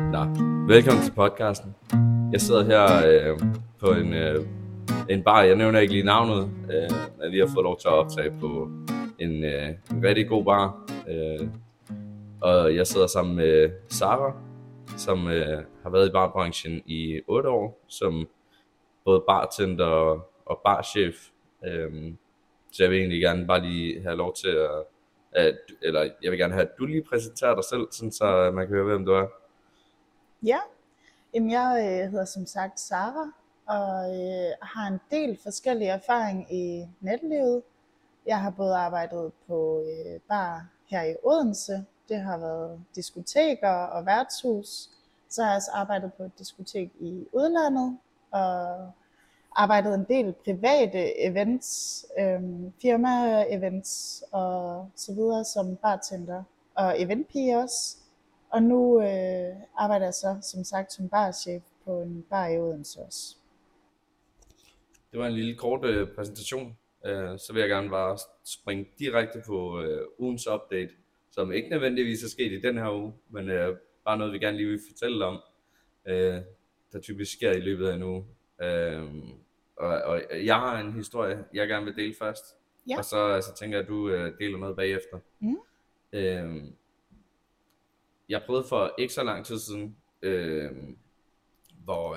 Nå, velkommen til podcasten. Jeg sidder her på en bar. Jeg nævner ikke lige navnet, men vi har fået lov til at optage på en rigtig god bar. Og jeg sidder sammen med Sara, som har været i barbranchen i 8 år, som både bartender og barchef. Så jeg vil egentlig gerne bare lige have lov til eller jeg vil gerne have, at du lige præsenterer dig selv, sådan så man kan høre, hvem du er. Ja, jeg hedder som sagt Sara, og har en del forskellige erfaring i natlivet. Jeg har både arbejdet på bar her i Odense, det har været diskoteker og værtshus. Så har jeg også arbejdet på et diskotek i udlandet, og arbejdet en del private events, firma-events og så videre som bartender og eventpige også. Og nu arbejder jeg så som sagt som barchef på en bar i Odense også. Det var en lille kort præsentation. Så vil jeg gerne bare springe direkte på ugens update, som ikke nødvendigvis er sket i den her uge, men bare noget vi gerne lige vil fortælle om, der typisk sker i løbet af en uge. Og jeg har en historie, jeg gerne vil dele først, ja. Og så tænker jeg, at du deler noget bagefter. Jeg prøvede for ikke så lang tid siden, hvor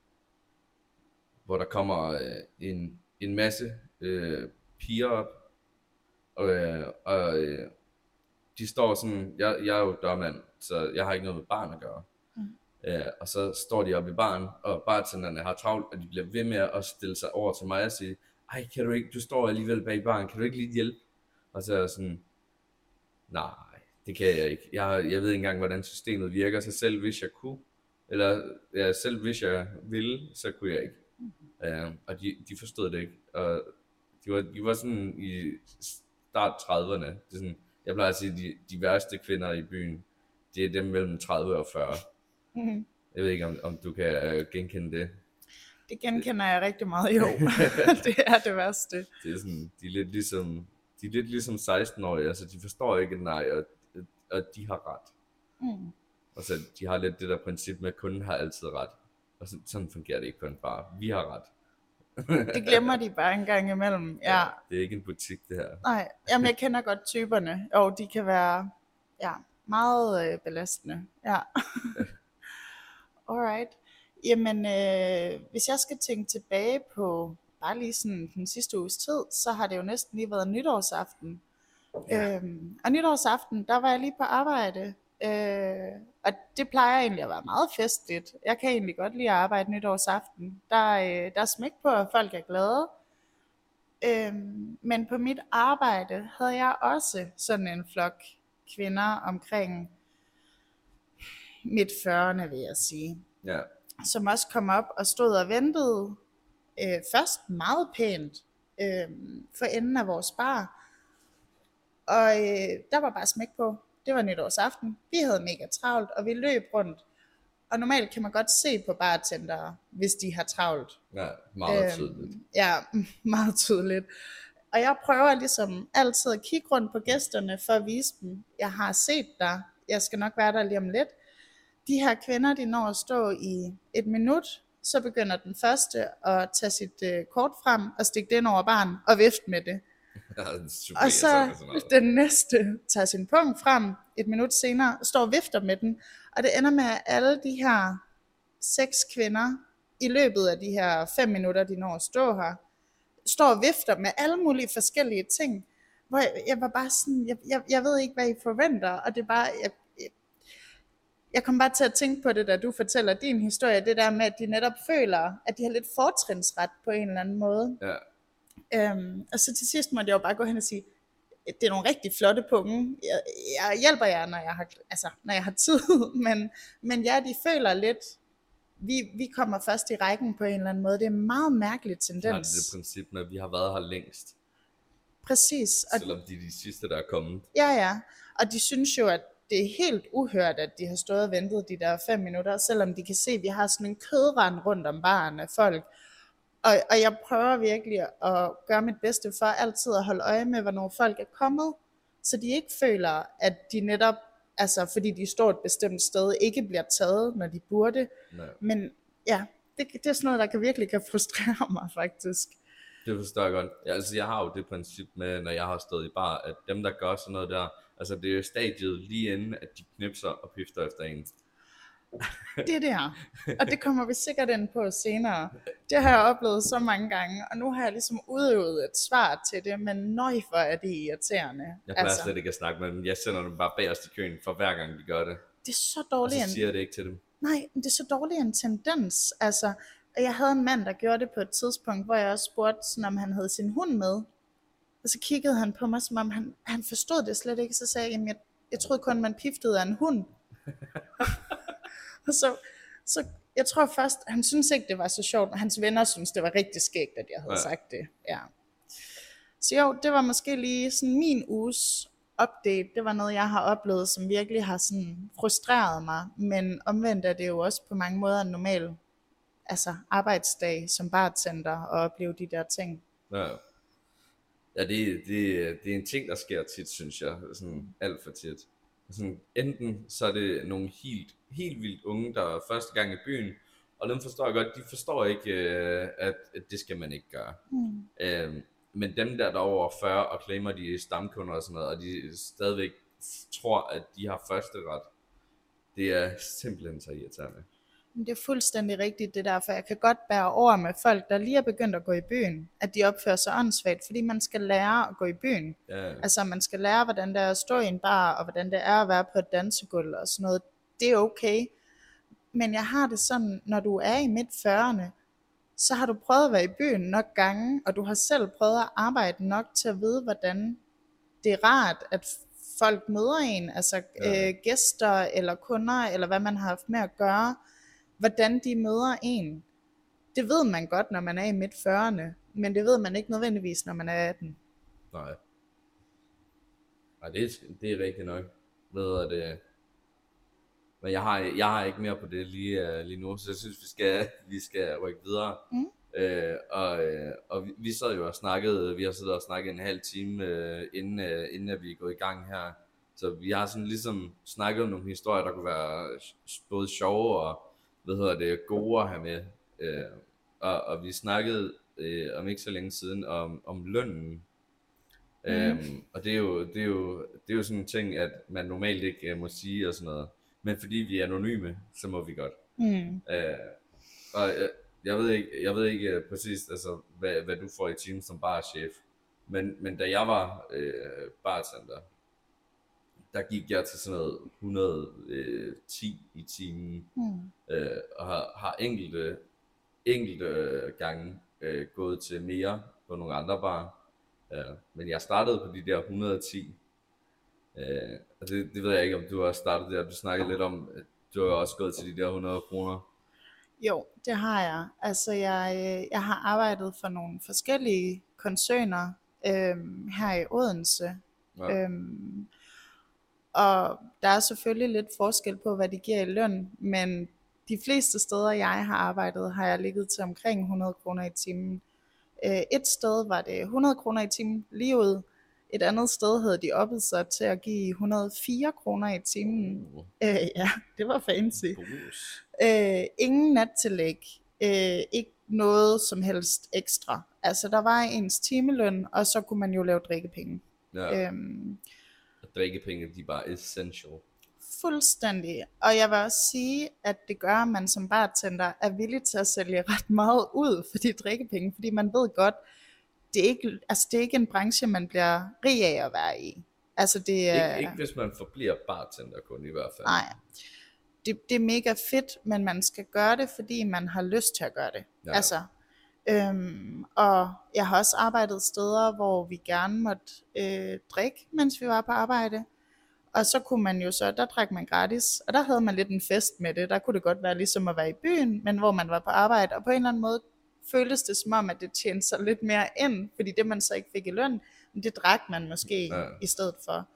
der kommer en masse piger op, og de står sådan, jeg er jo dørmand, så jeg har ikke noget med barn at gøre. Og så står de oppe i baren, og bartenderne har travlt, og de bliver ved med at stille sig over til mig og sige, ej, kan du ikke, du står alligevel bag baren, kan du ikke lige hjælpe? Og så er jeg sådan, nej, det kan jeg ikke. Jeg ved ikke engang, hvordan systemet virker, så selv hvis jeg kunne, eller ja, selv hvis jeg ville, så kunne jeg ikke. Og de forstod det ikke, og de var sådan i start 30'erne. Det er sådan, jeg plejer at sige, de værste kvinder i byen, det er dem mellem 30 og 40. Jeg ved ikke, om du kan genkende det. Det genkender jeg rigtig meget, jo. Det er det værste. Det er sådan, de er lidt ligesom 16-årige, altså de forstår ikke nej, og de har ret. Og så de har lidt det der princip med, at kunden har altid ret. Og sådan fungerer det ikke kun bare. Vi har ret. Det glemmer de bare en gang imellem. Ja. Det er ikke en butik, det her. Nej, jamen jeg kender godt typerne. Og de kan være meget belastende. Ja. Alright. Jamen, hvis jeg skal tænke tilbage på bare lige sådan den sidste uges tid, så har det jo næsten lige været nytårsaften. Ja. Og nytårsaften, der var jeg lige på arbejde. Og det plejer egentlig at være meget festligt. Jeg kan egentlig godt lide at arbejde nytårsaften. Der er smæk på, at folk er glade. Men på mit arbejde havde jeg også sådan en flok kvinder omkring midt 40'erne, vil jeg sige. Ja. Som også kom op og stod og ventede. Først meget pænt for enden af vores bar. Og der var bare smæk på. Det var nytårsaften. Vi havde mega travlt, og vi løb rundt. Og normalt kan man godt se på bartendere, hvis de har travlt. Ja, meget tydeligt. Ja, meget tydeligt. Og jeg prøver ligesom altid at kigge rundt på gæsterne, for at vise dem, jeg har set dig. Jeg skal nok være der lige om lidt. De her kvinder, de når at stå i 1 minut, så begynder den første at tage sit kort frem og stikke det ind over baren og vifte med det. Og så den næste tager sin punkt frem 1 minut senere, står og vifter med den, og det ender med, at alle de her 6 kvinder i løbet af de her 5 minutter, de når at stå her, står og vifter med alle mulige forskellige ting, hvor jeg var bare sådan, jeg ved ikke, hvad I forventer, og det er bare, jeg kom bare til at tænke på det, da du fortæller din historie, det der med, at de netop føler, at de har lidt fortrinsret på en eller anden måde. Ja. Og så til sidst måtte jeg jo bare gå hen og sige, det er nogle rigtig flotte punge. Jeg hjælper jer, når jeg har tid, men ja, de føler lidt, vi kommer først i rækken på en eller anden måde. Det er en meget mærkelig tendens. Ja, det er det princip med, at vi har været her længst. Præcis. Selvom de er de sidste, der er kommet. Ja, og de synes jo, at det er helt uhørt, at de har stået og ventet de der 5 minutter, selvom de kan se, at vi har sådan en kødrand rundt om baren af folk. Og jeg prøver virkelig at gøre mit bedste for altid at holde øje med, hvornår folk er kommet, så de ikke føler, at de netop altså fordi de står et bestemt sted, ikke bliver taget, når de burde. Nej. Men ja, det er sådan noget, der virkelig kan frustrere mig faktisk. Det forstår jeg godt. Ja, altså jeg har jo det princip med, når jeg har stået i bar, at dem der gør sådan noget der, altså det er jo stadiet lige inden, at de knipser og pifter efter en. Det der, og det kommer vi sikkert ind på senere. Det har jeg oplevet så mange gange, og nu har jeg ligesom udøvet et svar til det, men nøj for er det irriterende. Jeg plejer slet ikke at snakke med dem. Jeg sender dem bare bagerst i køen, for hver gang de gør det. Det er så Og dårligt. så siger jeg det ikke til dem. Nej, men det er så dårlig en tendens. Altså, jeg havde en mand, der gjorde det på et tidspunkt, hvor jeg også spurgte, sådan, om han havde sin hund med. Og så kiggede han på mig, som om han forstod det slet ikke. Så sagde jeg, jeg troede kun, man piftede af en hund. Og så jeg tror først, han synes ikke, det var så sjovt, og hans venner synes, det var rigtig skægt, at jeg havde sagt det. Ja. Så jo, det var måske lige sådan min uges update. Det var noget, jeg har oplevet, som virkelig har sådan frustreret mig. Men omvendt er det jo også på mange måder en normal arbejdsdag som bartender og opleve de der ting. Ja, ja det er en ting, der sker tit, synes jeg. Sådan alt for tit. Sådan, enten så er det nogle helt vildt unge, der er første gang i byen, og dem forstår jeg godt, de forstår ikke, at det skal man ikke gøre. Men dem der er over 40 og claimer de stamkunder og sådan noget, og de stadigvæk tror, at de har første ret, det er simpelthen så irriterende. Det er fuldstændig rigtigt det der, for jeg kan godt bære over med folk, der lige er begyndt at gå i byen, at de opfører sig åndssvagt, fordi man skal lære at gå i byen. Ja. Altså man skal lære, hvordan det er at stå i en bar, og hvordan det er at være på et dansegulv og sådan noget. Det er okay. Men jeg har det sådan, når du er i midt 40'erne, så har du prøvet at være i byen nok gange, og du har selv prøvet at arbejde nok til at vide, hvordan det er rart, at folk møder en, altså gæster eller kunder, eller hvad man har haft med at gøre, hvordan de møder en. Det ved man godt, når man er i midt 40'erne, men det ved man ikke nødvendigvis, når man er 18. Nej, det er rigtigt nok. Ved at det. Men jeg har ikke mere på det lige nu, så jeg synes vi skal rykke videre. Og vi sad jo og snakkede, vi har siddet og snakket en halv time inden at vi er gået i gang her. Så vi har sådan ligesom snakket om nogle historier, der kunne være både sjove og gode at have med. Og vi snakkede om ikke så længe siden om lønnen. Og det er jo sådan en ting, at man normalt ikke må sige og sådan noget. Men fordi vi er anonyme, så må vi godt. Og jeg ved ikke præcis, altså, hvad du får i timen som barchef. Men da jeg var bartender, der gik jeg til sådan noget 110 i timen. Og har enkelte gange gået til mere på nogle andre barer. Men jeg startede på de der 110. Og det ved jeg ikke, om du har startet der. Du snakkede lidt om, at du har også gået til de der 100 kroner. Jo, det har jeg. Altså jeg har arbejdet for nogle forskellige koncerner her i Odense. Ja. Og der er selvfølgelig lidt forskel på, hvad de giver i løn, men de fleste steder, jeg har arbejdet, har jeg ligget til omkring 100 kroner i timen. Et sted var det 100 kroner i timen lige ud. Et andet sted havde de oppet sig til at give 104 kroner i timen. Ja, det var fancy. Ingen nattillæg. Ikke noget som helst ekstra. Altså der var ens timeløn, og så kunne man jo lave drikkepenge. Ja. Og drikkepenge, de er bare essential. Fuldstændig. Og jeg vil også sige, at det gør, at man som bartender er villig til at sælge ret meget ud for de drikkepenge, fordi man ved godt, det er ikke en branche, man bliver rig af at være i. Altså det er ikke hvis man forbliver bartender kun i hvert fald. Nej. Det er mega fedt, men man skal gøre det, fordi man har lyst til at gøre det. Ja. Altså, og jeg har også arbejdet steder, hvor vi gerne måtte drikke, mens vi var på arbejde. Og så kunne man jo der drak man gratis, og der havde man lidt en fest med det. Der kunne det godt være ligesom at være i byen, men hvor man var på arbejde, og på en eller anden måde føltes det som om, at det tjente sig lidt mere ind, fordi det man så ikke fik i løn, det drak man måske i stedet for.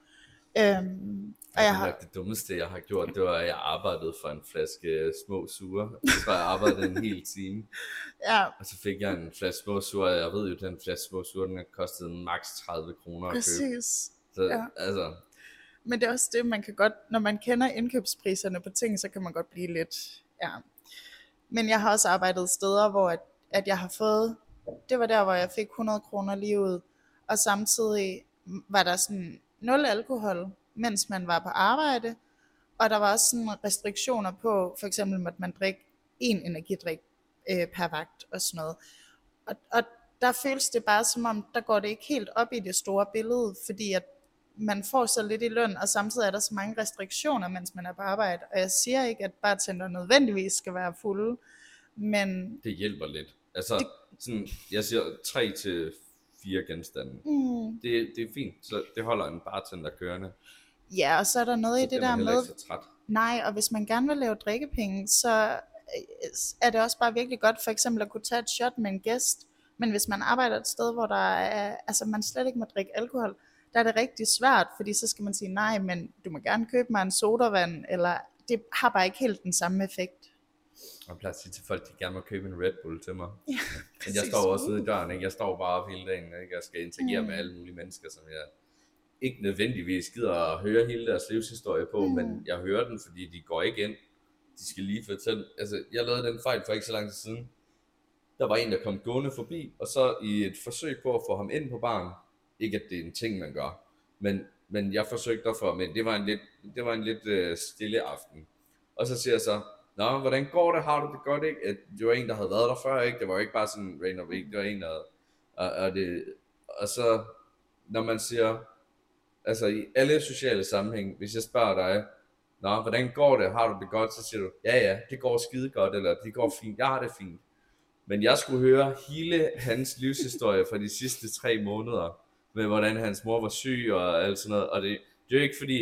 Det dummeste jeg har gjort, det var at jeg arbejdede for en flaske små sure. Så jeg arbejdede en hel time. Ja. Og så fik jeg en flaske små sure. Jeg ved jo, den flaske små sure, den kostede maks 30 kroner at købe. Præcis. Så altså, Men det er også det, man kan godt, når man kender indkøbspriserne på ting, så kan man godt blive lidt, ja. Men jeg har også arbejdet steder, hvor at jeg har fået, det var der, hvor jeg fik 100 kroner lige ud, og samtidig var der sådan 0 alkohol, mens man var på arbejde, og der var også sådan restriktioner på, for eksempel måtte man drikke 1 energidrik per vagt og sådan noget. Og der føles det bare som om, der går det ikke helt op i det store billede, fordi at man får så lidt i løn, og samtidig er der så mange restriktioner, mens man er på arbejde. Og jeg siger ikke, at bartender nødvendigvis skal være fulde, men det hjælper lidt. Altså, sådan, jeg siger 3 til 4 genstande. Det er fint, så det holder en bartender kørende. Ja, og så er der noget Så i det der med, så træt. nej, og hvis man gerne vil lave drikkepenge, så er det også bare virkelig godt for eksempel at kunne tage et shot med en gæst. Men hvis man arbejder et sted, hvor der er, altså man slet ikke må drikke alkohol, der er det rigtig svært, fordi så skal man sige nej, men du må gerne købe mig en sodavand, eller det har bare ikke helt den samme effekt. Og jeg plejer at sige til folk, at de gerne må købe en Red Bull til mig. Ja, men jeg står også ude i døren, ikke? Jeg står bare op hele dagen, ikke? Jeg skal interagere med alle mulige mennesker, som jeg ikke nødvendigvis gider at høre hele deres livshistorie på, men jeg hører den, fordi de går ikke ind. De skal lige fortælle. Altså, jeg lavede den fejl for ikke så lang tid siden. Der var en, der kom gående forbi, og så i et forsøg på at få ham ind på baren, ikke at det er en ting, man gør, men jeg forsøgte at få ham ind. Det var en lidt stille aften. Og så siger jeg så, nå, hvordan går det? Har du det godt, ikke? At det var en, der havde været der før, ikke? Det var ikke bare sådan random, ikke? Det var en, der... Og så, når man siger, altså i alle sociale sammenhæng, hvis jeg spørger dig, nå, hvordan går det? Har du det godt? Så siger du, ja, det går skide godt, eller det går fint. Jeg har det fint. Men jeg skulle høre hele hans livshistorie fra de sidste 3 måneder, med hvordan hans mor var syg og alt sådan noget. Og det er jo ikke fordi,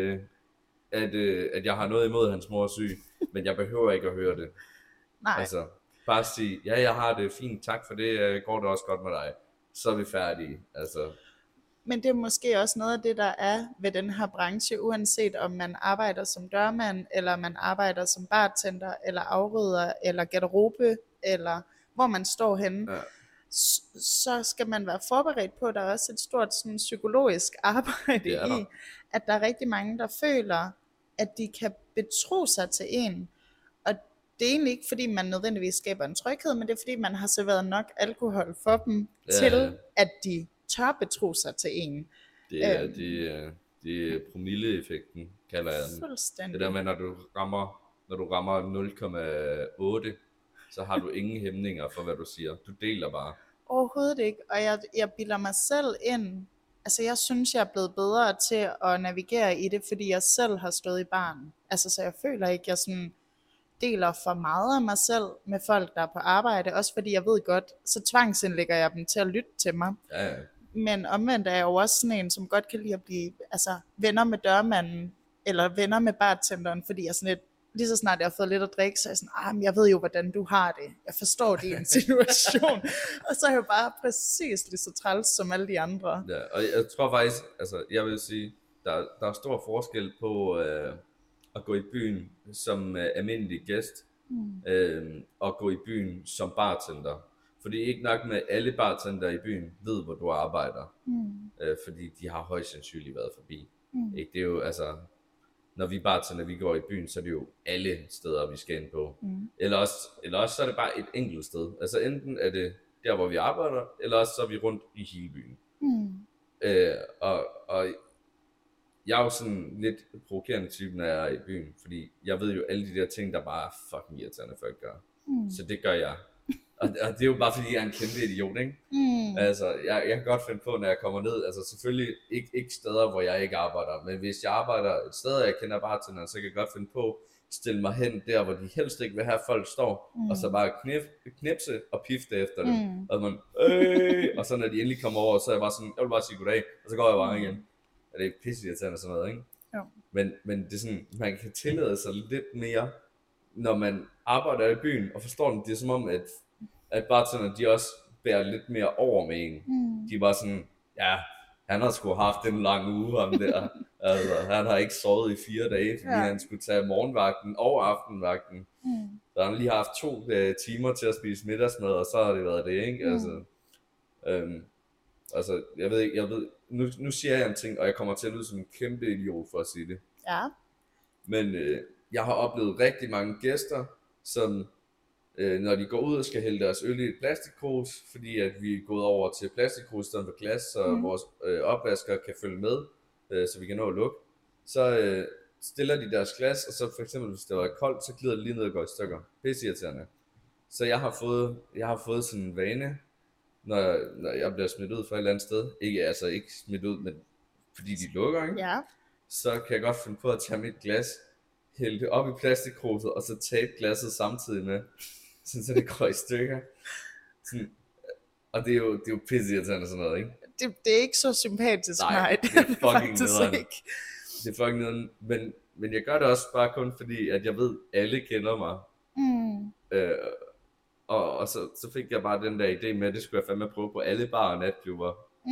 at jeg har noget imod, at hans mor er syg, men jeg behøver ikke at høre det. Nej. Altså, bare sige, ja, jeg har det fint, tak for det, går det også godt med dig. Så er vi færdige. Altså. Men det er måske også noget af det, der er ved den her branche, uanset om man arbejder som dørmand, eller man arbejder som bartender, eller afrydder, eller garderobe, eller hvor man står henne. Ja. Så skal man være forberedt på, at der er også et stort sådan, psykologisk arbejde i, at der er rigtig mange, der føler, at de kan betro sig til en. Og det er egentlig ikke, fordi man nødvendigvis skaber en tryghed, men det er, fordi man har serveret nok alkohol for dem, til at de tør betro sig til en. Det er promilleeffekten, kalder jeg den. Fuldstændig. Det der med, når du rammer 0,8, så har du ingen hæmninger for, hvad du siger. Du deler bare. Overhovedet ikke, og jeg bilder mig selv ind. Altså jeg synes, jeg er blevet bedre til at navigere i det, fordi jeg selv har stået i baren. Altså så jeg føler ikke, jeg sådan deler for meget af mig selv med folk, der er på arbejde. Også fordi jeg ved godt, så tvangsindlægger jeg dem til at lytte til mig. Ja. Men omvendt er jeg jo også sådan en, som godt kan lide at blive venner med dørmanden, eller venner med bartenderen, fordi jeg sådan lidt, lige så snart jeg har fået lidt at drikke, så er jeg sådan, jeg ved jo, hvordan du har det. Jeg forstår din situation. Og så er jeg jo bare præcis lige så træls som alle de andre. Ja, og jeg tror faktisk, altså jeg vil sige, der er stor forskel på at gå i byen som almindelig gæst, og gå i byen som bartender. Fordi ikke nok med alle bartender i byen ved, hvor du arbejder. Fordi de har højst sandsynligt været forbi. Ikke? Det er jo altså... Når vi bartender, vi går i byen, så er det jo alle steder, vi skal ind på. Eller også så er det bare et enkelt sted. Altså enten er det der, hvor vi arbejder, eller også så er vi rundt i hele byen. Og jeg er jo sådan lidt provokerende type, når jeg er i byen, fordi jeg ved jo alle de der ting, der bare er fucking irriterende, folk gør. Så det gør jeg. Og det er jo bare fordi, jeg er en kæmpe idiot, ikke? Altså, jeg kan godt finde på, når jeg kommer ned, altså selvfølgelig ikke steder, hvor jeg ikke arbejder, men hvis jeg arbejder et sted, og jeg kender bartenderen, så kan jeg godt finde på at stille mig hen der, hvor de helst ikke vil have, folk står, og så bare knipse og pifte efter dem. Og man, og så når de endelig kommer over, så er jeg bare sådan, jeg vil bare sige goddag, og så går jeg bare igen. Og det er pisseirriterende sådan noget, ikke? Jo. Men det er sådan, man kan tillade sig lidt mere, når man arbejder i byen, og forstår den, det er som om, at bartenderne, de også bærer lidt mere over med en. De var sådan, ja, han har sgu haft en lang uge, ham der. Altså, han har ikke sovet i 4 dage, fordi han skulle tage morgenvagten og aftenvagten. Så han lige haft 2 timer til at spise middagsmad, og så har det været det, ikke? Altså, jeg ved ikke, nu siger jeg en ting, og jeg kommer til at lyde som en kæmpe idiot for at sige det. Ja. Men jeg har oplevet rigtig mange gæster, som når de går ud og skal hælde deres øl i et plastikkrus, fordi at vi er gået over til plastikkrus i stedet for glas, så vores opvasker kan følge med, så vi kan nå at lukke. Så stiller de deres glas, og så for eksempel hvis det var koldt, så glider det lige ned og går i stykker. Pisseirriterende. Så jeg har fået sådan en vane, når jeg bliver smidt ud fra et eller andet sted. Ikke smidt ud, men fordi de lukker, ikke? Ja. Så kan jeg godt finde på at tage mit glas, hælde det op i plastikkruset, og så tabe glasset samtidig med, så det går i stykker. Sådan, og det er jo pisseirriterende sådan noget, ikke? Det er ikke så sympatisk, nej. Det er fucking nederen. ikke. Det er fucking nederen, men jeg gør det også bare kun fordi, at jeg ved, at alle kender mig. Og så fik jeg bare den der idé med, at det skulle jeg fandme prøve på alle barer og natklubber.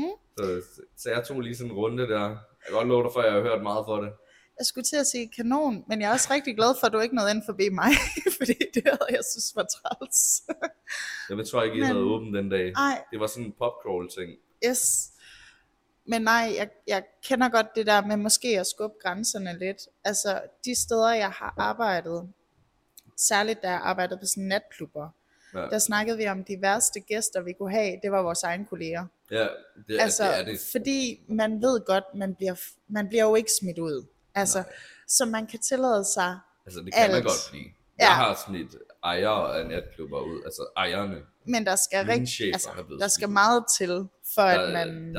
Så jeg tog lige sådan en runde der. Jeg kan godt love dig for, at jeg har hørt meget for det. Jeg skulle til at sige kanon, men jeg er også rigtig glad for, at du ikke nåede ind forbi mig, fordi det havde jeg synes var træls. Jeg tror ikke, I havde åbent den dag. Ej. Det var sådan en popcrawl ting. Yes. Men nej, jeg kender godt det der med måske at skubbe grænserne lidt. Altså de steder, jeg har arbejdet, særligt da jeg arbejdede på sådan natklubber, der snakkede vi om de værste gæster, vi kunne have, det var vores egne kolleger. Ja, det er det. Fordi man ved godt, man bliver jo ikke smidt ud. Altså, så man kan tillade sig altså det kan man godt blive. Jeg har smidt ejere af natklubber ud, altså ejerne. Men der skal der skal meget til, for at man...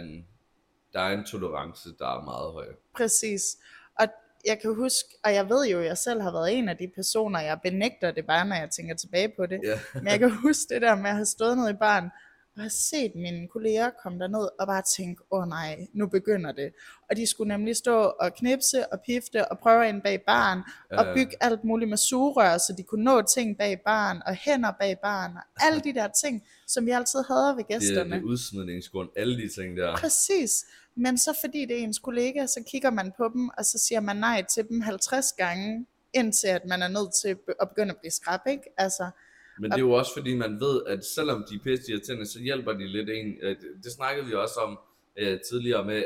Der er en tolerance, der er meget høj. Præcis. Og jeg kan huske, og jeg ved jo, at jeg selv har været en af de personer, jeg benægter det bare, når jeg tænker tilbage på det. Yeah. Men jeg kan huske det der med at have stået nede i baren, og have set mine kolleger komme derned, og bare tænke, nej, nu begynder det. Og de skulle nemlig stå og knipse og pifte, og prøve ind bag baren, og bygge alt muligt med sugerør, så de kunne nå ting bag baren, og hænder bag baren, og alle de der ting, som vi altid havde ved gæsterne. Det er udsmidningsgrund, alle de ting der. Præcis. Men så fordi det er ens kollega, så kigger man på dem, og så siger man nej til dem 50 gange, indtil at man er nødt til at begynde at blive skrab, ikke? Altså, men det er jo også fordi man ved, at selvom de er pisseirriterende, så hjælper de lidt en. Det snakkede vi også om tidligere med,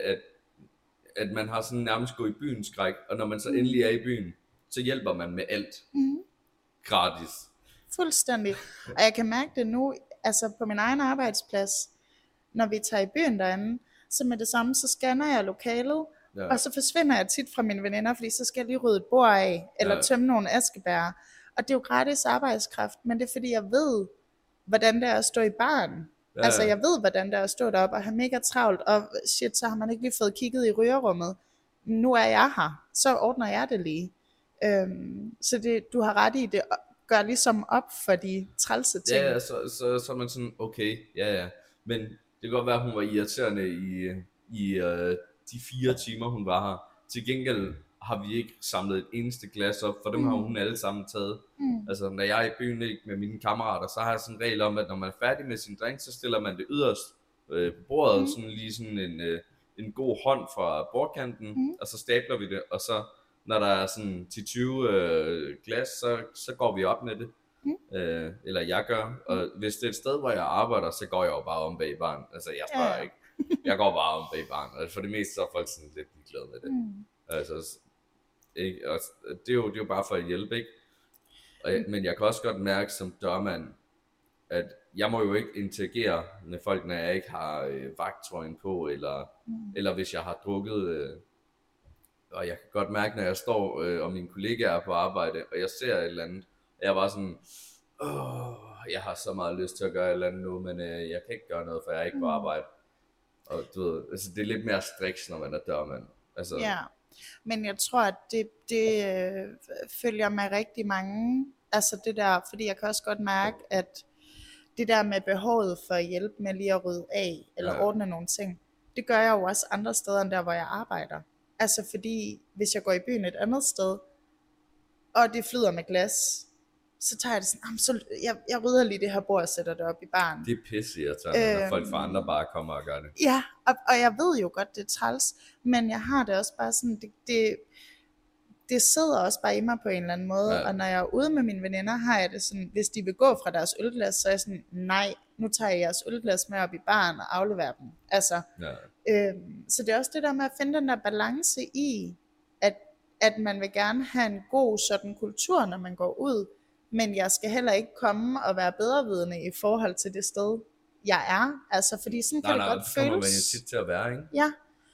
at man har sådan nærmest gået i byen skræk, og når man så endelig er i byen, så hjælper man med alt. Gratis. Fuldstændig. Og jeg kan mærke det nu, altså på min egen arbejdsplads, når vi tager i byen derinde, så med det samme, så scanner jeg lokalet, og så forsvinder jeg tit fra mine veninder, fordi så skal jeg lige rydde et bord af, eller tømme nogle askebær. Og det er jo gratis arbejdskraft, men det er fordi, jeg ved, hvordan det er at stå i baren. Altså, jeg ved, hvordan det er at stå deroppe og have mega travlt, og shit, så har man ikke lige fået kigget i rygerummet. Nu er jeg her, så ordner jeg det lige. Så det, du har ret i det, gør ligesom op for de trælse ting. Ja, så er man sådan, okay, ja. Men det kan godt være, at hun var irriterende i de 4 timer, hun var her. Til gengæld har vi ikke samlet et eneste glas op, for dem har hun alle sammen taget. Altså, når jeg er i byen ikke med mine kammerater, så har jeg sådan en regel om, at når man er færdig med sin drink, så stiller man det yderst på bordet, sådan lige sådan en god hånd fra bordkanten, og så stabler vi det, og så når der er sådan 10-20 glas, så går vi op med det. Eller jeg gør, og hvis det er et sted, hvor jeg arbejder, så går jeg jo bare om bag baren. Altså, jeg spørger ikke. Jeg går bare om bag baren, og for det meste så er folk sådan lidt ligeglade med det. Altså, ikke? Og det er jo bare for at hjælpe, ikke? Men jeg kan også godt mærke som dørmand, at jeg må jo ikke interagere med folk, når jeg ikke har vagttrøjen på, eller hvis jeg har drukket. Og jeg kan godt mærke, når jeg står og mine kollegaer er på arbejde, og jeg ser et eller andet, og jeg var sådan, jeg har så meget lyst til at gøre et eller andet nu, men jeg kan ikke gøre noget, for jeg er ikke på arbejde. Og du ved, altså det er lidt mere striks, når man er dørmand. Altså, ja, men jeg tror, at det følger med rigtig mange, altså det der, fordi jeg kan også godt mærke, at det der med behovet for at hjælpe med lige at rydde af, eller ordne nogle ting, det gør jeg jo også andre steder, end der, hvor jeg arbejder. Altså fordi, hvis jeg går i byen et andet sted, og det flyder med glas, så tager jeg det sådan, så jeg rydder lige det her bord og sætter det op i baren. Det er pisseirriterende, når folk fra andre bare kommer og gør det. Ja, og jeg ved jo godt, det er træls, men jeg har det også bare sådan, det sidder også bare i mig på en eller anden måde, og når jeg er ude med mine veninder, har jeg det sådan, hvis de vil gå fra deres ølglas, så er jeg sådan, nej, nu tager jeg jeres ølglas med op i baren og afleverer dem. Altså, Så det er også det der med at finde den der balance i, at man vil gerne have en god sådan kultur, når man går ud, men jeg skal heller ikke komme og være bedrevidende i forhold til det sted, jeg er. Altså, fordi sådan kan det godt føles. Nej, det kommer man jo tit til at være, ikke? Ja.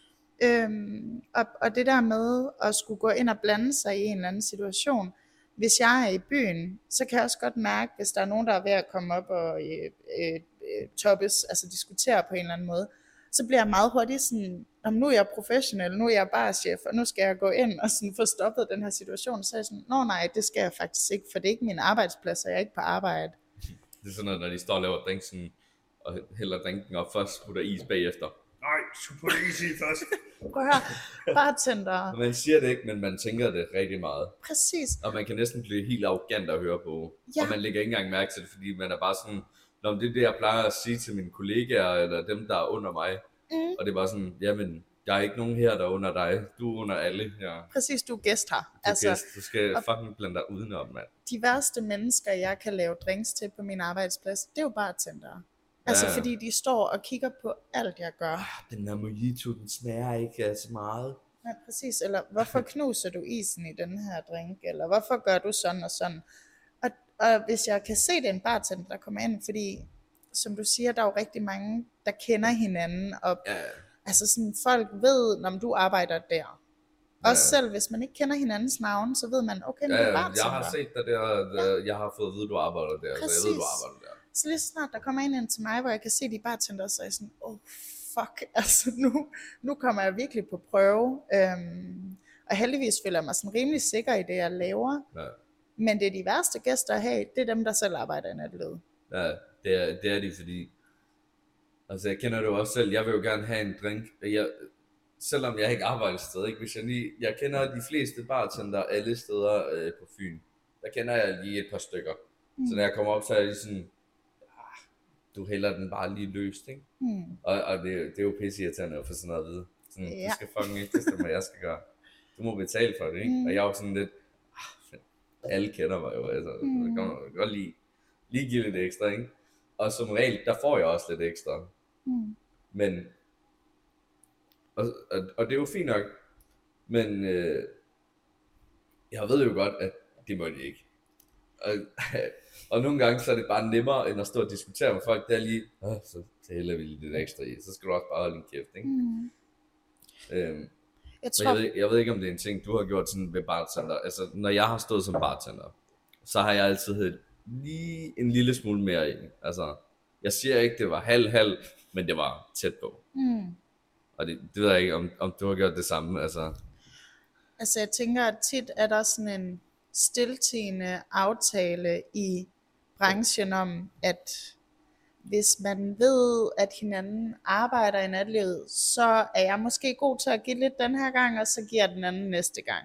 Og det der med at skulle gå ind og blande sig i en eller anden situation. Hvis jeg er i byen, så kan jeg også godt mærke, hvis der er nogen, der er ved at komme op og toppes, altså diskutere på en eller anden måde, så bliver jeg meget hurtigt sådan, nu er jeg professionel, nu er jeg bare chef, og nu skal jeg gå ind og sådan få stoppet den her situation. Så er jeg sådan, nej, det skal jeg faktisk ikke, for det er ikke min arbejdsplads, og jeg er ikke på arbejde. Det er sådan noget, når de står og laver drinksen, og hælder drinken op først, putter is bagefter. Nej, du putter is i først. Prøv at høre, bartender. Man siger det ikke, men man tænker det rigtig meget. Præcis. Og man kan næsten blive helt arrogant at høre på. Ja. Og man lægger ikke engang mærke til det, fordi man er bare sådan, det er det, jeg plejer at sige til mine kollegaer, eller dem, der er under mig. Og det er bare sådan, jamen, jeg er ikke nogen her, der er under dig. Du er under alle her. Præcis, du er gæst her. Du skal fucking blande dig udenom, mand. De værste mennesker, jeg kan lave drinks til på min arbejdsplads, det er jo bartendere. Altså fordi de står og kigger på alt jeg gør. Den her mojito, den smager ikke så meget. Ja, præcis. Eller hvorfor knuser du isen i den her drink? Eller hvorfor gør du sådan og sådan? Og hvis jeg kan se det en bartender, der kommer ind, fordi som du siger, der er jo rigtig mange, der kender hinanden. Og altså sådan, folk ved, når du arbejder der. Også selv hvis man ikke kender hinandens navn, så ved man, okay, nu er bartender. Jeg har set dig der, jeg har fået at vide, du arbejder der. Præcis. Så jeg ved, du arbejder der. Så lige snart der kommer ind til mig, hvor jeg kan se de bartender, så er jeg sådan, fuck, altså nu kommer jeg virkelig på prøve. Og heldigvis føler jeg mig sådan rimelig sikker i det, jeg laver. Ja. Men det er de værste gæster at have, det er dem, der selv arbejder i natlivet. Ja, det er de, fordi altså jeg kender det jo også selv, jeg vil jo gerne have en drink, selvom jeg ikke arbejder et sted, ikke? Hvis jeg kender de fleste bartender alle steder på Fyn, der kender jeg lige et par stykker. Så når jeg kommer op, så er jeg lige sådan, du hælder den bare lige løst, ikke? Og det er jo pisseirriterende at få sådan noget at vide. Sådan, du skal fucking ikke bestemme, hvad jeg skal gøre. Du må betale for det, ikke? Og jeg er jo sådan lidt, alle kender mig jo, altså. Jeg kan godt lige give lidt ekstra, ikke? Og som regel, der får jeg også lidt ekstra. Men, og det er jo fint nok, men jeg ved jo godt, at det må de ikke. Og nogle gange så er det bare nemmere end at stå og diskutere med folk. Det er lige, så hælder vi lige lidt ekstra i. Så skal du også bare holde din kæft, ikke? Jeg ved ikke om det er en ting du har gjort sådan ved bartender. Altså når jeg har stået som bartender, så har jeg altid heddet lige en lille smule mere i. Altså jeg siger ikke det var halv, men det var tæt på. Og det ved jeg ikke om du har gjort det samme. Altså jeg tænker at tit er der sådan en stiltiende aftale i branchen om, at hvis man ved, at hinanden arbejder i natlivet, så er jeg måske god til at give lidt den her gang, og så giver den anden næste gang.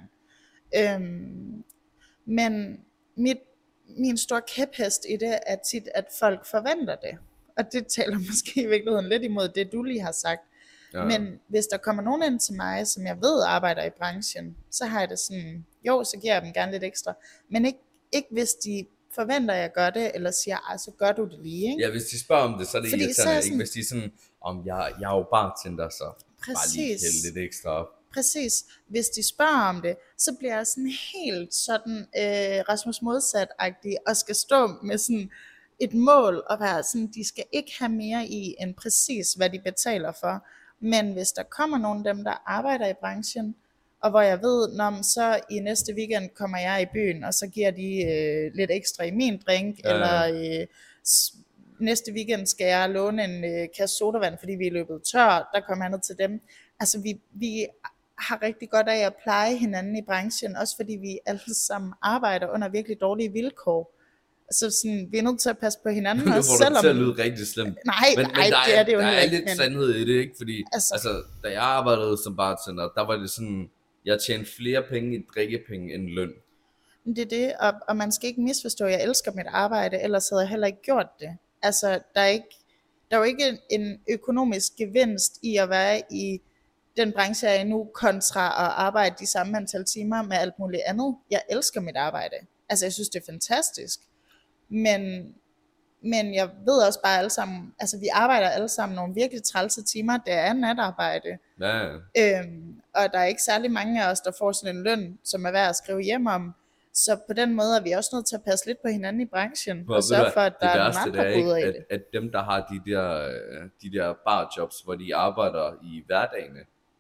Men min store kæphest i det er tit, at folk forventer det. Og det taler måske i virkeligheden lidt imod det, du lige har sagt. Ja. Men hvis der kommer nogen ind til mig, som jeg ved arbejder i branchen, så har jeg det sådan, jo, så giver jeg dem gerne lidt ekstra. Men ikke hvis de forventer, at jeg gør det, eller siger, så gør du det lige, ikke? Ja, hvis de spørger om det, så er det irriterende, ikke? Hvis de er sådan, jeg er jo bartender, så bare lige hælde lidt ekstra op. Præcis. Hvis de spørger om det, så bliver jeg sådan helt sådan Rasmus Modsat-agtig, og skal stå med sådan et mål, og være sådan, de skal ikke have mere i, end præcis, hvad de betaler for. Men hvis der kommer nogen af dem, der arbejder i branchen, og hvor jeg ved, så i næste weekend kommer jeg i byen, og så giver de lidt ekstra i min drink, eller næste weekend skal jeg låne en kasse sodavand, fordi vi er løbet tør, der kommer jeg ned til dem. Altså vi har rigtig godt af at pleje hinanden i branchen, også fordi vi alle sammen arbejder under virkelig dårlige vilkår. Så sådan, vi er nødt til at passe på hinanden. Nu får det til at lyde rigtig slemt. Nej, det er det jo der ikke. Der er lidt sandhed i det, ikke? Fordi altså, da jeg arbejdede som bartender, der var det sådan, jeg tjente flere penge i drikkepenge end løn. Det er det, og man skal ikke misforstå, jeg elsker mit arbejde, ellers havde jeg heller ikke gjort det. Altså, der er jo ikke en økonomisk gevinst i at være i den branche, jeg er i nu, kontra at arbejde de samme antal timer med alt muligt andet. Jeg elsker mit arbejde. Altså, jeg synes, det er fantastisk. Men men jeg ved også bare alle sammen, altså vi arbejder alle sammen nogle virkelig trælse timer, det er natarbejde. Ja. Og der er ikke særlig mange af os, der får sådan en løn, som er værd at skrive hjem om. Så på den måde er vi også nødt til at passe lidt på hinanden i branchen, og sørge for, at der er nogle andre goder i det. At dem, der har de der barjobs, hvor de arbejder i hverdagene,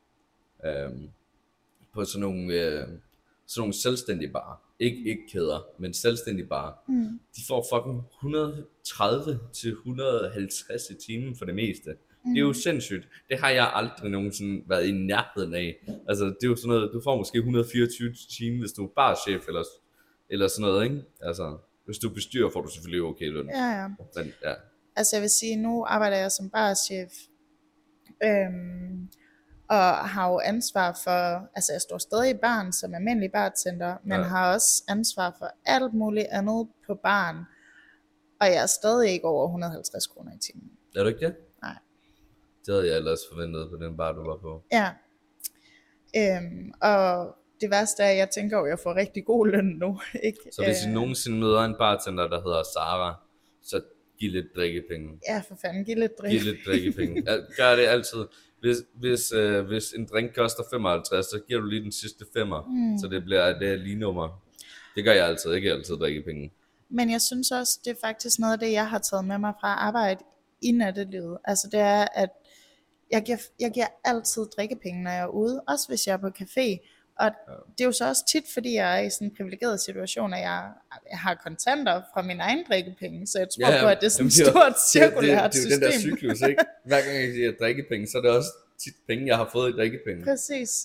på sådan nogle selvstændige barer, ikke kæder, men selvstændige barer, de får fucking 130 til 150 i timen for det meste. Det er jo sindssygt. Det har jeg aldrig nogensinde været i nærheden af. Altså, det er jo sådan noget, du får måske 124 timer, hvis du er barchef eller sådan noget, ikke? Altså, hvis du bestyrer, får du selvfølgelig okay løn. Ja. Men, ja. Altså, jeg vil sige, nu arbejder jeg som barchef, og har jo ansvar for, altså jeg står stadig i baren som almindelig bartender, men har også ansvar for alt muligt andet på baren, og jeg er stadig ikke over 150 kroner i timen. Er du ikke det? Nej. Det havde jeg ellers forventet på den bar, du var på. Ja. Og det værste er, at jeg tænker jo, at jeg får rigtig god løn nu. Ikke? Så hvis I nogensinde møder en bartender, der hedder Sara, så giv lidt drikkepenge. Ja, for fanden, giv lidt drikkepenge. Gør det altid. Hvis en drink koster 55, så giver du lige den sidste 5'er, så det er lige nummer. Det gør jeg altid, ikke altid drikkepenge. Men jeg synes også, det er faktisk noget af det, jeg har taget med mig fra arbejde i nattelivet. Altså det er, at jeg giver altid drikkepenge, når jeg er ude, også hvis jeg er på café. Og det er jo så også tit, fordi jeg er i sådan en privilegeret situation, at jeg har kontanter fra min egen drikkepenge, så jeg tror på, at det er sådan et stort cirkulært system. Det er den der cyklus, ikke? Hver gang jeg siger drikkepenge, så er det også tit penge, jeg har fået i drikkepenge. Præcis.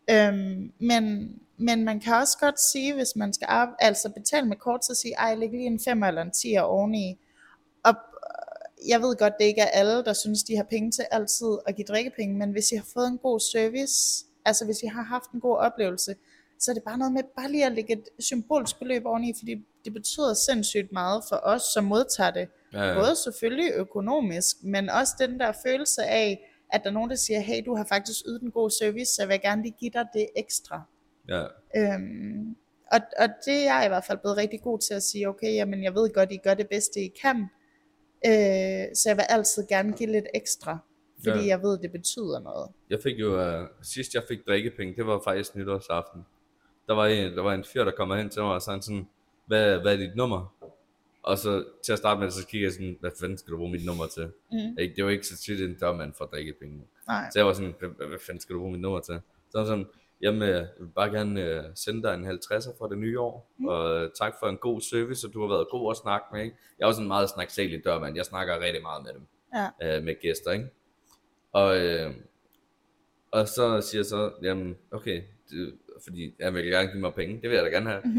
Men man kan også godt sige, hvis man skal altså betale med kort, så sige, ej, læg lige en 5 eller en 10 oveni. Og jeg ved godt, det ikke er alle, der synes, de har penge til altid at give drikkepenge, men hvis I har fået en god service, altså hvis I har haft en god oplevelse, så er det bare noget med bare lige at lægge et symbolsk beløb oveni, fordi det betyder sindssygt meget for os, som modtager det. Ja. Både selvfølgelig økonomisk, men også den der følelse af, at der er nogen, der siger, hey, du har faktisk ydet en god service, så jeg vil gerne lige give dig det ekstra. Ja. Og det er jeg i hvert fald blevet rigtig god til at sige, okay, jamen jeg ved godt, I gør det bedste, I kan, så jeg vil altid gerne give lidt ekstra. Fordi jeg ved, det betyder noget. Jeg fik jo, sidst jeg fik drikkepenge, det var faktisk nytårsaften. Der var en fyr, der kommer hen til mig og sagde sådan, hvad er dit nummer? Og så til at starte med, så kiggede jeg sådan, hvad fanden skal du bruge mit nummer til? Det var ikke så tit en dørmand for drikkepenge. Nej. Så jeg var sådan, hvad fanden skal du bruge mit nummer til? Så var sådan, jamen, jeg vil bare gerne sende dig en 50'er for det nye år, og tak for en god service, og du har været god at snakke med, ikke? Jeg er også en meget snaksalig dørmand, jeg snakker rigtig meget med dem, med gæster, ikke? Og så siger jeg så, jamen, okay, fordi jeg vil gerne give mig penge, det vil jeg da gerne have.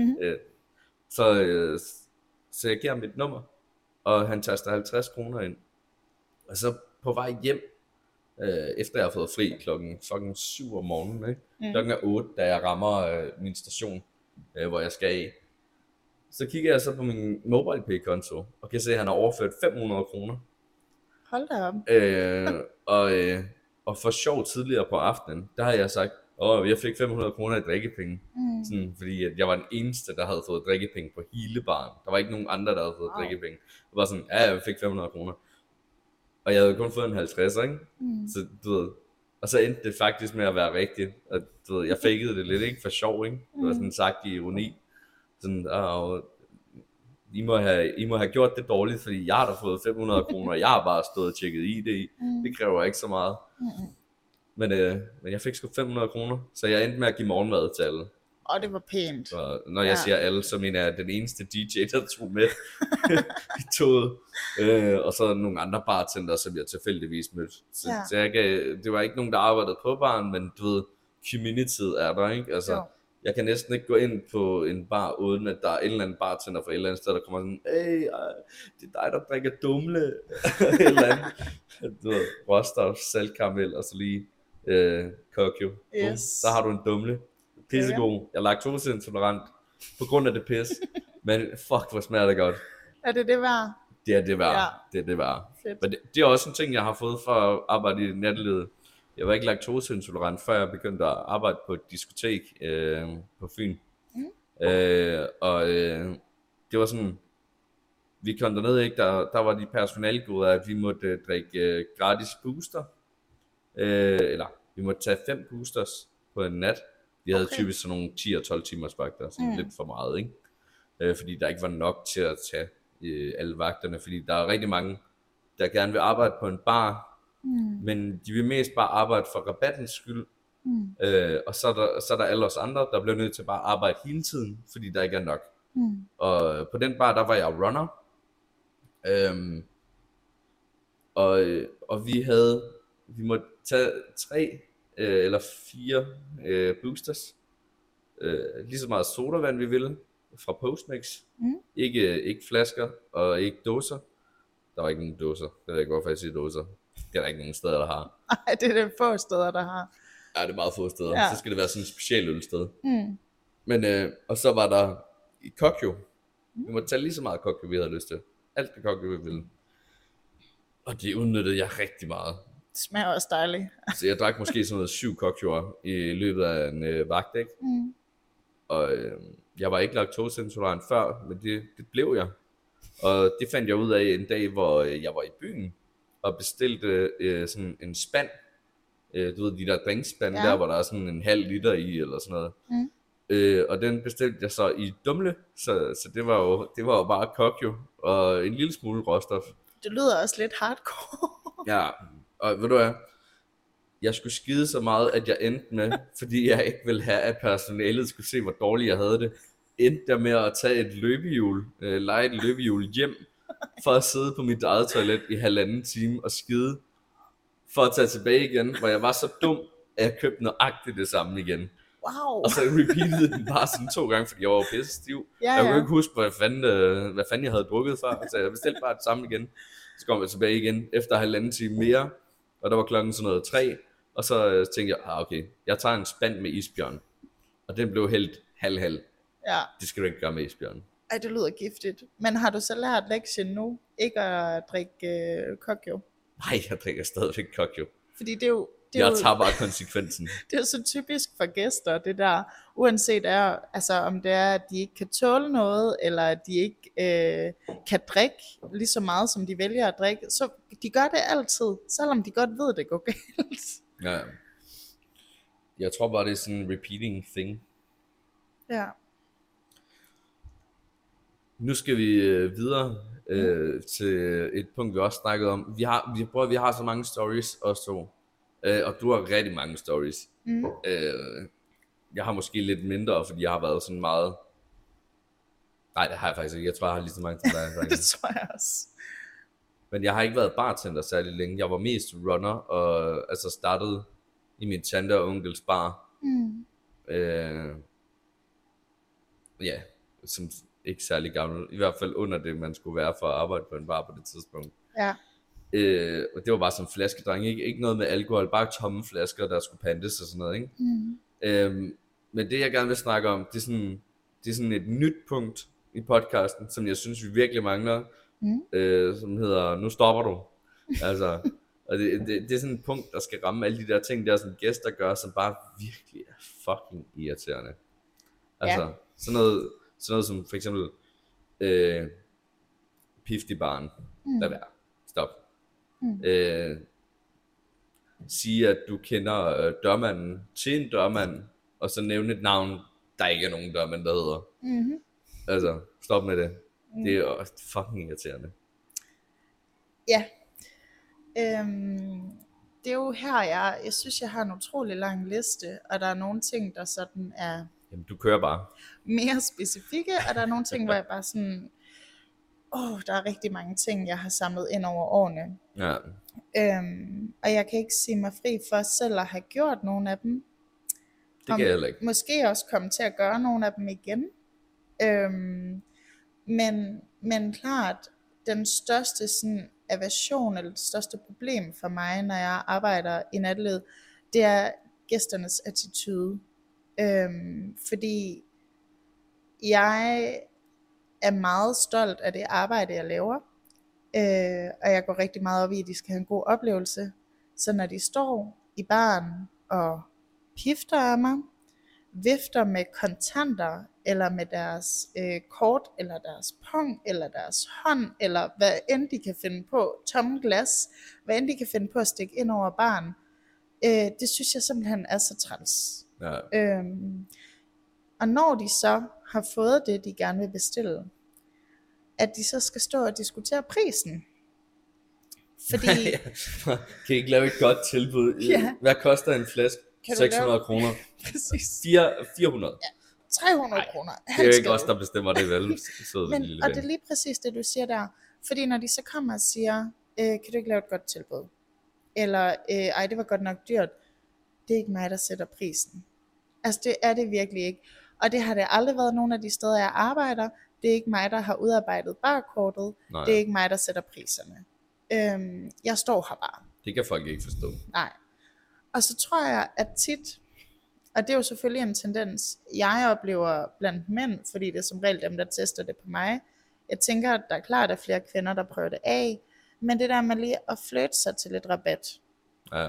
Så jeg giver ham mit nummer, og han taster 50 kroner ind. Og så på vej hjem, efter jeg har fået fri klokken 7 om morgenen, ikke? Klokken er 8, da jeg rammer min station, hvor jeg skal af. Så kigger jeg så på min MobilePay-konto, og kan se, at han har overført 500 kroner. Hold da op. Og for sjov tidligere på aftenen, der har jeg sagt, jeg fik 500 kroner i drikkepenge. Sådan, fordi at jeg var den eneste, der havde fået drikkepenge på hele baren. Der var ikke nogen andre, der havde fået drikkepenge. Det var sådan, jeg fik 500 kroner. Og jeg havde kun fået en 50, ikke? Så du ved, og så endte det faktisk med at være rigtigt. Og du ved, jeg fakede det lidt, ikke? For sjov, ikke? Det var sådan sagt i ironi. Sådan, I må have gjort det dårligt, fordi jeg har da fået 500 kroner, og jeg har bare stået og tjekket i det. Det kræver ikke så meget. Men jeg fik sgu 500 kroner, så jeg endte med at give morgenmad til alle. Og det var pænt. Og når jeg siger alle, så mener jeg den eneste DJ, der tog med i toget. Og så nogle andre bartender, som jeg tilfældigvis mødte. Så det var ikke nogen, der arbejdede på baren, men du ved, community er der, ikke? Altså, jeg kan næsten ikke gå ind på en bar, uden at der er en eller anden bartender fra et eller andet sted, der kommer sådan, hey, det er dig, der drikker dumle. Et eller andet. Du ved, Rostov, saltkaramel, og så lige kokjo. Yes. Så har du en dumle. Pissegod. Jeg er laktoseintolerant på grund af det pis. Men fuck, hvor smager det godt. Er det værd? Det er det værd. Ja. Det er det værd. Men det er også en ting, jeg har fået for at arbejde i nattelivet. Jeg var ikke laktoseintolerant, før jeg begyndte at arbejde på et diskotek på Fyn. Det var sådan, vi kom derned, ikke? Der var de personalgoder, at vi måtte drikke gratis booster. Eller vi måtte tage 5 boosters på en nat. Vi havde typisk sådan nogle 10 og 12 timers vagter, sådan lidt for meget, ikke? Fordi der ikke var nok til at tage alle vagterne, fordi der er rigtig mange, der gerne vil arbejde på en bar, men de vil mest bare arbejde for rabattens skyld. Og så er der alle os andre, der bliver nødt til bare at arbejde hele tiden, fordi der ikke er nok. Og på den bar, der var jeg runner. Og vi måtte tage 3 eller 4 boosters. Lige så meget sodavand vi ville fra Postmix. Ikke flasker og ikke dåser. Der var ikke nogen dåser. Jeg ved ikke hvorfor jeg siger dåser. Det er der ikke nogen steder der har. Nej, det er det få steder der har. Ja, det er meget få steder. Så skal det være sådan et specielt ølsted. Men og så var der i Kokyo. Vi måtte tage lige så meget Kokyo vi havde lyst til. Alt det Kokyo vi ville. Og det udnyttede jeg rigtig meget. Det smager også dejligt. Så jeg drak måske sådan noget 7 Kokyo'er i løbet af en vagt, ikke? Og jeg var ikke laktoseintolerant før, men det blev jeg. Og det fandt jeg ud af en dag, hvor jeg var i byen og bestilte sådan en spand. Du ved, de der drinkspande der, hvor der er sådan en halv liter i, eller sådan noget. Og den bestilte jeg så i Dumle, så det var jo bare Kokyo og en lille smule råstof. Det lyder også lidt hardcore. Ja, og ved du hvad? Jeg skulle skide så meget, at jeg endte med, fordi jeg ikke ville have, at personalet skulle se, hvor dårligt jeg havde det, endte der med at tage et løbehjul, lege et løbehjul hjem, for at sidde på mit eget toilet i 1,5 time og skide, for at tage tilbage igen, hvor jeg var så dum, at jeg købte nøjagtigt det samme igen. Wow. Og så repeatede den bare sådan 2 gange, fordi jeg var pisse stiv. Jeg kunne ikke huske, hvad fanden jeg havde drukket før, så jeg bestilte bare det samme igen. Så kom jeg tilbage igen efter 1,5 time mere, og der var klokken sådan noget 3, og så tænkte jeg, okay, jeg tager en spand med isbjørn. Og den blev hældt halv. Ja. Det skal du ikke gøre med isbjørn. Ej, det lyder giftigt. Men har du så lært lektien nu, ikke at drikke Kokyo? Nej, jeg drikker stadigvæk Kokyo. Fordi det er jo... Jeg tager bare konsekvensen. Det er jo så typisk for gæster, det der, uanset om det er, at de ikke kan tåle noget, eller at de ikke kan drikke lige så meget, som de vælger at drikke, så de gør det altid, selvom de godt ved, det går galt. Ja. Jeg tror bare, det er sådan en repeating thing. Ja. Nu skal vi videre til et punkt, vi også snakkede om. Vi har så mange stories også to. Og du har rigtig mange stories. Jeg har måske lidt mindre, fordi jeg har været sådan meget... Nej, det har jeg faktisk ikke. Jeg tror, jeg har lige så mange til dig. Det tror jeg også. Men jeg har ikke været bartender særlig længe. Jeg var mest runner, og altså startede i min tante og onkels bar. Ja, som ikke særlig gammel. I hvert fald under det, man skulle være for at arbejde på en bar på det tidspunkt. Ja. Og det var bare sådan en flaskedreng, ikke noget med alkohol, bare tomme flasker, der skulle pantes og sådan noget, ikke? Men det jeg gerne vil snakke om, det er sådan et nyt punkt i podcasten, som jeg synes vi virkelig mangler, som hedder, nu stopper du. Altså, og det er sådan et punkt, der skal ramme alle de der ting, der som gæster gør, som bare virkelig er fucking irriterende. Altså, sådan noget som for eksempel pift i baren. Lad være. Stop. Sige at du kender dørmanden til en dørmand, og så nævne et navn, der ikke er nogen dørmand, der hedder. Altså, stop med det. Det er jo fucking irriterende. Ja. Det er jo her, jeg synes, jeg har en utrolig lang liste, og der er nogle ting, der sådan er... Jamen, du kører bare. Mere specifikke, og der er nogle ting, hvor jeg bare sådan... der er rigtig mange ting, jeg har samlet ind over årene. Ja. Og jeg kan ikke sige mig fri for selv at have gjort nogle af dem. Det kan jeg heller ikke. Måske også komme til at gøre nogle af dem igen. Men klart, den største sådan, aversion, eller det største problem for mig, når jeg arbejder i nattelivet, det er gæsternes attitude. Fordi jeg er meget stolt af det arbejde, jeg laver. Og jeg går rigtig meget op i, at de skal have en god oplevelse. Så når de står i baren og pifter af mig, vifter med kontanter, eller med deres kort, eller deres pung, eller deres hånd, eller hvad end de kan finde på, tomme glas, hvad end de kan finde på at stikke ind over baren, det synes jeg simpelthen er så træls. Ja. Og når de så har fået det, de gerne vil bestille, at de så skal stå og diskutere prisen. Fordi... Kan I ikke lave et godt tilbud? Ja. Hvad koster en flaske? Kan du 600 lave- kroner. Præcis. 400. 300 kroner. Det er jo ikke os, der bestemmer det, vel? Men, og det er lige præcis det, du siger der. Fordi når de så kommer og siger, kan du ikke lave et godt tilbud? Eller, ej, det var godt nok dyrt. Det er ikke mig, der sætter prisen. Altså, det er det virkelig ikke. Og det har det aldrig været nogen af de steder, jeg arbejder. Det er ikke mig, der har udarbejdet barkortet. Nej. Det er ikke mig, der sætter priserne. Jeg står her bare. Det kan folk ikke forstå. Nej. Og så tror jeg, at tit, og det er jo selvfølgelig en tendens, jeg oplever blandt mænd, fordi det er som regel dem, der tester det på mig. Jeg tænker, at der er klart, at flere kvinder, der prøver det af. Men det der med lige at flytte sig til lidt rabat. Ja.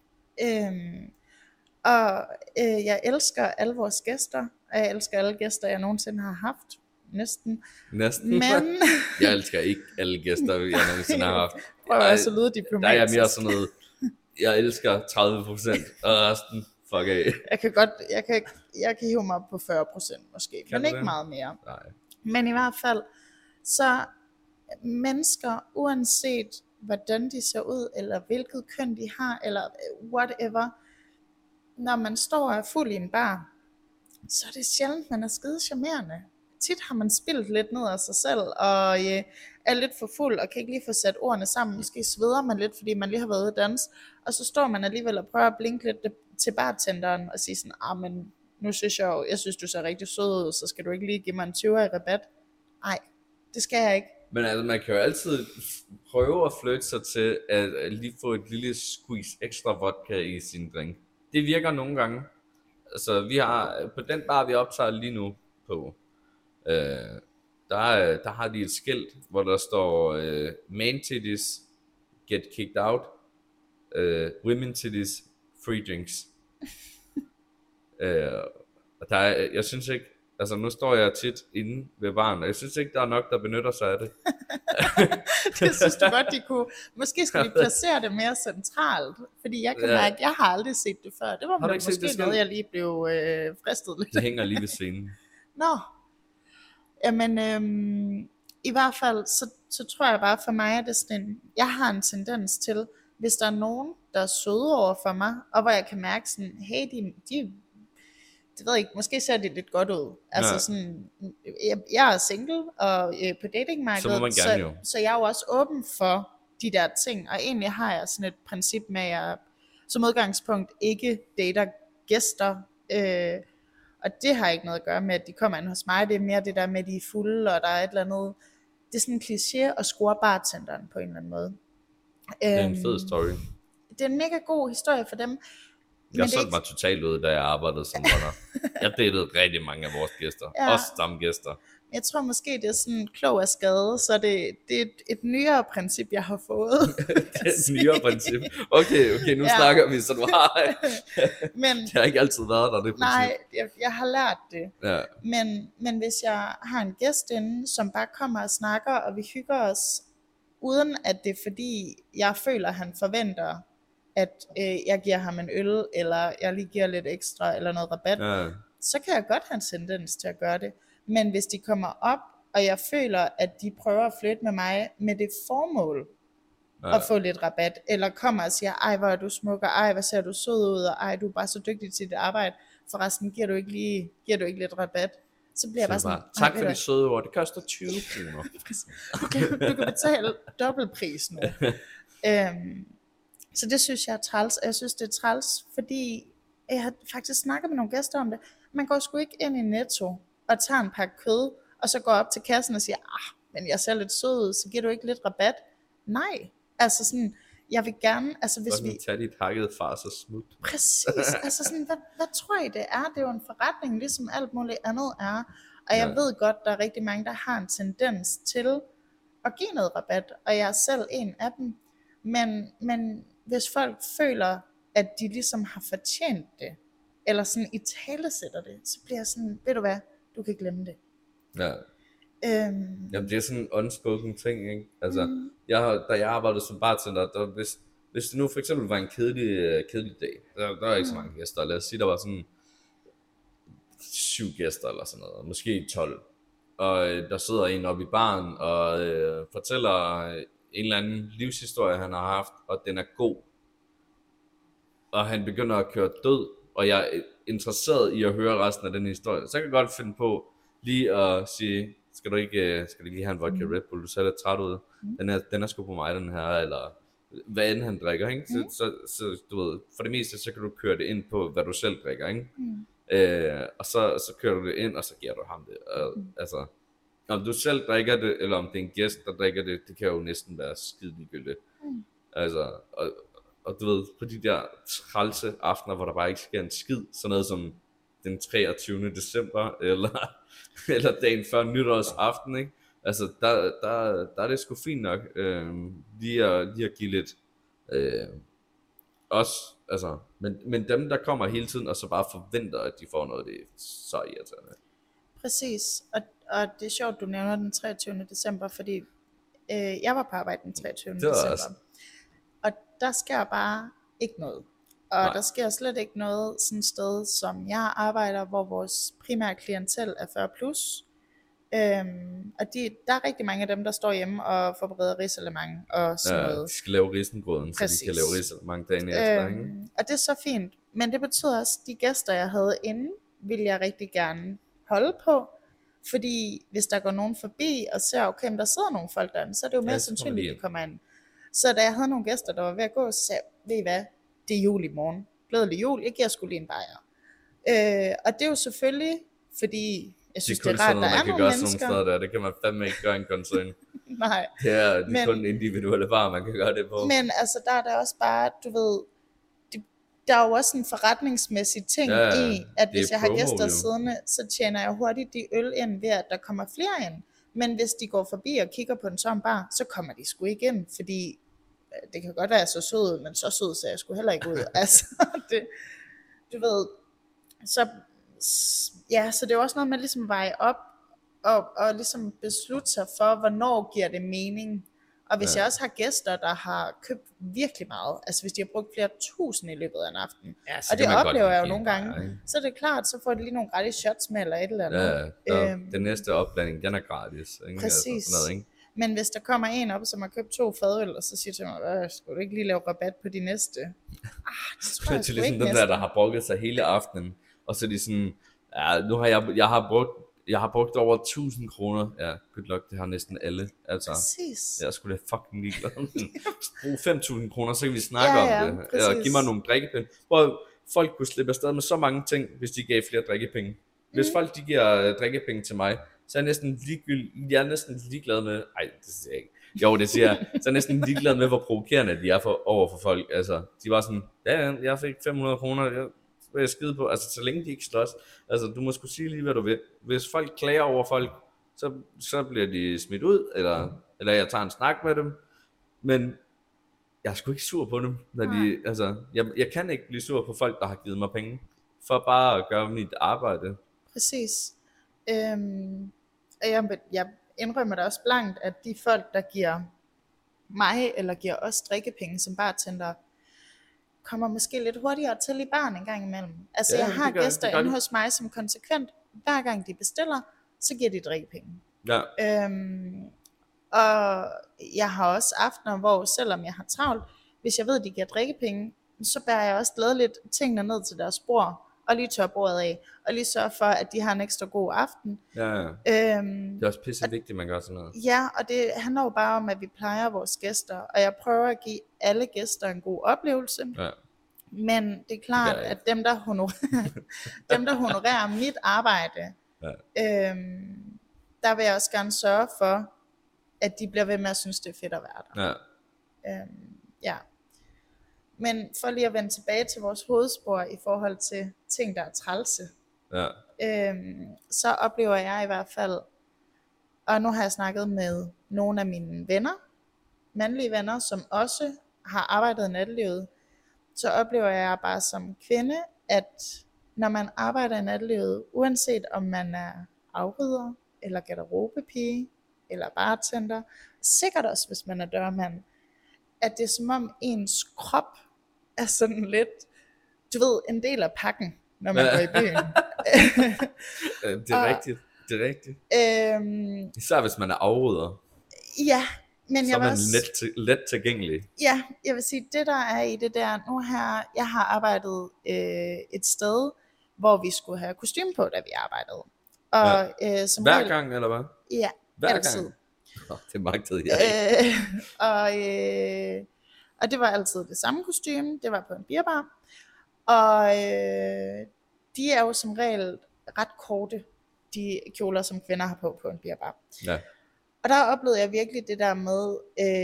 Jeg elsker alle vores gæster, og jeg elsker alle gæster, jeg nogensinde har haft. Næsten. Næsten. Men Jeg elsker ikke alle gæster, jeg nogensinde har haft. prøv at så lyde Der er diplomatisk. jeg mere sådan noget, jeg elsker 30%, og resten, fuck af. Jeg kan hive mig op på 40% måske, Kan men du ikke det? meget mere. Nej. Men i hvert fald, så mennesker, uanset hvordan de ser ud, eller hvilket køn de har, eller whatever, når man står og er fuld i en bar, så er det sjældent, man er skide charmerende. Tit har man spildt lidt ned af sig selv, og er lidt for fuld, og kan ikke lige få sat ordene sammen. Måske sveder man lidt, fordi man lige har været ude at danse, og så står man alligevel og prøver at blinke lidt til bartenderen, og sige sådan, men nu synes jeg synes du ser rigtig sød ud, så skal du ikke lige give mig en 20'er i rabat? Nej, det skal jeg ikke. Men altså, man kan jo altid prøve at flytte sig til at lige få et lille squeeze ekstra vodka i sin drink. Det virker nogle gange. Altså, vi har på den bar, vi optager lige nu på, der har de et skilt, hvor der står man titties get kicked out, women titties free drinks. Og der er, jeg synes ikke, altså nu står jeg tit inde ved baren, og jeg synes ikke, der er nok, der benytter sig af det. Det synes du godt, de kunne. Måske skal de placere det mere centralt, fordi jeg kan mærke, at jeg har aldrig set det før. Det var Har du ikke set måske det noget, jeg lige blev fristet lidt. Det hænger lige ved scenen. Nå. Jamen, i hvert fald, så tror jeg bare for mig, at det er sådan jeg har en tendens til, hvis der er nogen, der er søde over for mig, og hvor jeg kan mærke sådan, hey, de det ved jeg ikke, måske ser det lidt godt ud. Altså Ja. sådan, jeg er single, og på datingmarkedet, Så må man gerne jo. så jeg er jo også åben for de der ting, og egentlig har jeg sådan et princip med, at jeg som udgangspunkt ikke dater gæster, og det har ikke noget at gøre med, at de kommer ind hos mig, det er mere det der med, at de er fulde, og der er et eller andet, det er sådan en kliché at score bartenderen på en eller anden måde. Det er en fed story. Det er en mega god historie for dem. Jeg solgte mig totalt ud, da jeg arbejdede som runner. Jeg datede rigtig mange af vores gæster. Ja. Også stamgæster. Jeg tror måske, det er sådan klog af skade, så det er et nyere princip, jeg har fået. Det er et nyere princip. Okay, nu Ja. snakker vi, så du har... Men Det har ikke altid været der, det princip. nej, jeg har lært det. Ja. Men hvis jeg har en gæst inde, som bare kommer og snakker, og vi hygger os, uden at det er fordi, jeg føler, at han forventer, at jeg giver ham en øl, eller jeg lige giver lidt ekstra, eller noget rabat, Ja. så kan jeg godt have en tendens til at gøre det. Men hvis de kommer op, og jeg føler, at de prøver at flytte med mig med det formål at få lidt rabat, eller kommer og siger, ej hvor er du smuk, og ej hvor ser du sød ud, og ej du er bare så dygtig til dit arbejde, forresten giver du ikke lidt rabat, så bliver jeg bare sådan, Tak for ved de du søde ord, det koster 20 kroner. du kan betale dobbeltpris nu. Så det synes jeg er træls, og jeg synes det er træls, fordi jeg har faktisk snakket med nogle gæster om det. Man går sgu ikke ind i Netto og tager en pakke kød, og så går op til kassen og siger, men jeg ser lidt sød ud, så giver du ikke lidt rabat? Nej, altså sådan, jeg vil gerne, altså hvis vi... Tage dit hakket fars og smut. Præcis, altså sådan, hvad tror I det er? Det er jo en forretning, ligesom alt muligt andet er. Og jeg ved godt, der er rigtig mange, der har en tendens til at give noget rabat, og jeg er selv en af dem. Men hvis folk føler, at de ligesom har fortjent det, eller sådan i talesætter det, så bliver jeg sådan, ved du hvad, du kan glemme det. Ja. Jamen, det er sådan en unspoken ting, ikke? Altså, da jeg arbejdede som bartender, der, hvis det nu for eksempel var en kedelig dag, der var ikke så mange gæster, lad os sige, der var sådan 7 gæster eller sådan noget, måske 12, og der sidder en oppe i baren og fortæller en eller anden livshistorie, han har haft, og den er god, og han begynder at køre død, og jeg er interesseret i at høre resten af den historie, så jeg kan godt finde på lige at sige, skal du ikke lige have en vodka Red Bull, du ser lidt træt ud, den er sgu på mig, den her, eller hvad end han drikker, ikke? Så du ved, for det meste, så kan du køre det ind på, hvad du selv drikker, ikke? Og så kører du det ind, og så giver du ham det. Altså, om du selv drikker det, eller om det er en gæst, der drikker det, det kan jo næsten være skide ligegyldigt. Altså, og du ved, på de der trælse aftener, hvor der bare ikke sker en skid, sådan noget som den 23. december, eller dagen før nytårsaften, ikke? Altså, der er det sgu fint nok, lige at give lidt, også, altså, men dem, der kommer hele tiden, og så bare forventer, at de får noget, det er så irriterende. Præcis, og det er sjovt, du nævner den 23. december, fordi jeg var på arbejde den 23. december, også. Og der sker bare ikke noget. Og der sker slet ikke noget sådan et sted, som jeg arbejder, hvor vores primære klientel er 40 plus. Og der er rigtig mange af dem, der står hjemme og forbereder risalemang og sådan noget. De skal lave risengrøden, så de kan lave risalemang dagen efter, ikke? Og det er så fint. Men det betyder også, at de gæster, jeg havde inde, vil jeg rigtig gerne holde på. Fordi hvis der går nogen forbi og ser, okay, der sidder nogle folk derinde, så er det jo mere sandsynligt, at de kommer ind. Så da jeg havde nogle gæster, der var ved at gå, så sagde jeg, ved I hvad, det er jul i morgen. Glædelig jul, jeg giver sgu lige en bajer. Og det er jo selvfølgelig, fordi jeg synes, det er rart, der er nogle mennesker. Det kan man fandme ikke gøre en koncern. Nej. Det er kun individuelle varer, man kan gøre det på. Men altså, der er der også bare, du ved, der er jo også en forretningsmæssig ting i, at hvis jeg har gæster siddende, så tjener jeg hurtigt de øl ind ved, at der kommer flere ind. Men hvis de går forbi og kigger på en tom bar, så kommer de sgu ikke ind, fordi det kan godt være så sød, men så sød ser jeg sgu heller ikke ud. Altså, du ved, så det er også noget med ligesom at veje op, og ligesom beslutte sig for, hvornår giver det mening. Og hvis jeg også har gæster, der har købt virkelig meget, altså hvis de har brugt flere tusind i løbet af en aften, og det oplever jeg jo nogle gange, så er det klart, så får de lige nogle gratis shots med, eller et eller andet. Den næste opblanding, den er gratis. Ikke? Præcis. Altså, sådan noget, ikke? Men hvis der kommer en op, som har købt 2 fadøl, og så siger til mig, skal du ikke lige lave rabat på de næste? Det tror jeg sgu ikke næsten. Der har brugget sig hele aftenen, og så er de sådan, nu har jeg har brugt over 1000 kroner. Ja, good luck, det har næsten alle. Altså, præcis. Jeg skulle da fucking ligeglad. Brug 5000 kroner, så kan vi snakke om det. Eller giv mig nogle drikkepenge. Hvor folk kunne slippe afsted med så mange ting, hvis de gav flere drikkepenge. Hvis folk de giver drikkepenge til mig, så er jeg næsten ligeglad med, det siger jeg ikke. Jo, det siger jeg. Så er jeg næsten ligeglad med, hvor provokerende de er over for folk. Altså, de var sådan, jeg fik 500 kroner, hvad jeg skide på, altså så længe de ikke slås, altså du må sgu sige lige hvad du vil. Hvis folk klager over folk, så bliver de smidt ud, eller jeg tager en snak med dem, men jeg er sgu ikke sur på dem, når de, altså jeg kan ikke blive sur på folk, der har givet mig penge, for bare at gøre mit arbejde. Præcis. Jeg indrømmer da også blankt, at de folk, der giver mig, eller giver os drikkepenge som bartender, kommer måske lidt hurtigere til i baren en gang imellem. Altså jeg har gæster inde hos mig, som konsekvent, hver gang de bestiller, så giver de drikkepenge. Ja. Og jeg har også aftener, hvor selvom jeg har travlt, hvis jeg ved, at de giver drikkepenge, så bærer jeg også glædeligt tingene ned til deres bord, og lige tør bordet af, og lige sørge for, at de har en ekstra god aften. Ja. Det er også pisse vigtigt, man gør sådan noget. Ja, og det handler jo bare om, at vi plejer vores gæster, og jeg prøver at give alle gæster en god oplevelse. Ja. Men det er klart, at dem, der honorerer mit arbejde, der vil jeg også gerne sørge for, at de bliver ved med at synes, det er fedt at være der. Ja. Men for lige at vende tilbage til vores hovedspor i forhold til ting, der er trælse, så oplever jeg i hvert fald, og nu har jeg snakket med nogle af mine venner, mandlige venner, som også har arbejdet i nattelivet, så oplever jeg bare som kvinde, at når man arbejder i nattelivet, uanset om man er afrydder, eller garderobepige, eller bartender, sikkert også hvis man er dørmand, at det er som om ens krop er sådan lidt, du ved, en del af pakken, når man går i byen. Det er rigtigt. Det er rigtigt. Især hvis man er afrydder. Ja, men så jeg er man også, let tilgængelig. Ja, jeg vil sige, det der er i det der, nu her, jeg har arbejdet et sted, hvor vi skulle have kostume på, da vi arbejdede. Og, som hver regel, gang, eller hvad? Ja, hver altid. Gang? Det magtede jeg ikke. Og det var altid det samme kostume, det var på en bierbar. Og de er jo som regel ret korte, de kjoler, som kvinder har på en bierbar. Ja. Og der oplevede jeg virkelig det der med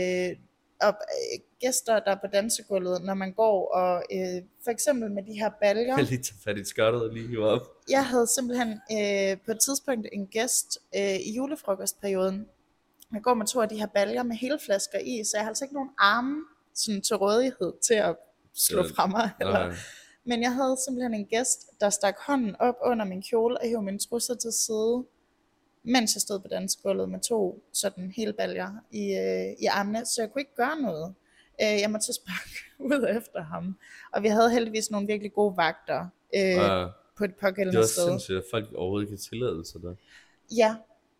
gæster, der er på dansegulvet, når man går, og for eksempel med de her baljer. Jeg lige tage fat i skørtet og lige hive op. Jeg havde simpelthen på et tidspunkt en gæst i julefrokostperioden. Jeg går med 2 af de her baljer med hele flasker i, så jeg har altså ikke nogen arme sådan, til rådighed til at slå fra mig. Eller. Men jeg havde simpelthen en gæst, der stak hånden op under min kjole og hævde min trusser til side, mens jeg stod på dansegulvet med 2 sådan hele baljer i armene, så jeg kunne ikke gøre noget. Jeg måtte så sparke ud efter ham. Og vi havde heldigvis nogle virkelig gode vagter på et pågældende sted. Det var sindssygt, at folk overhovedet ikke kan tillade sig det. Ja.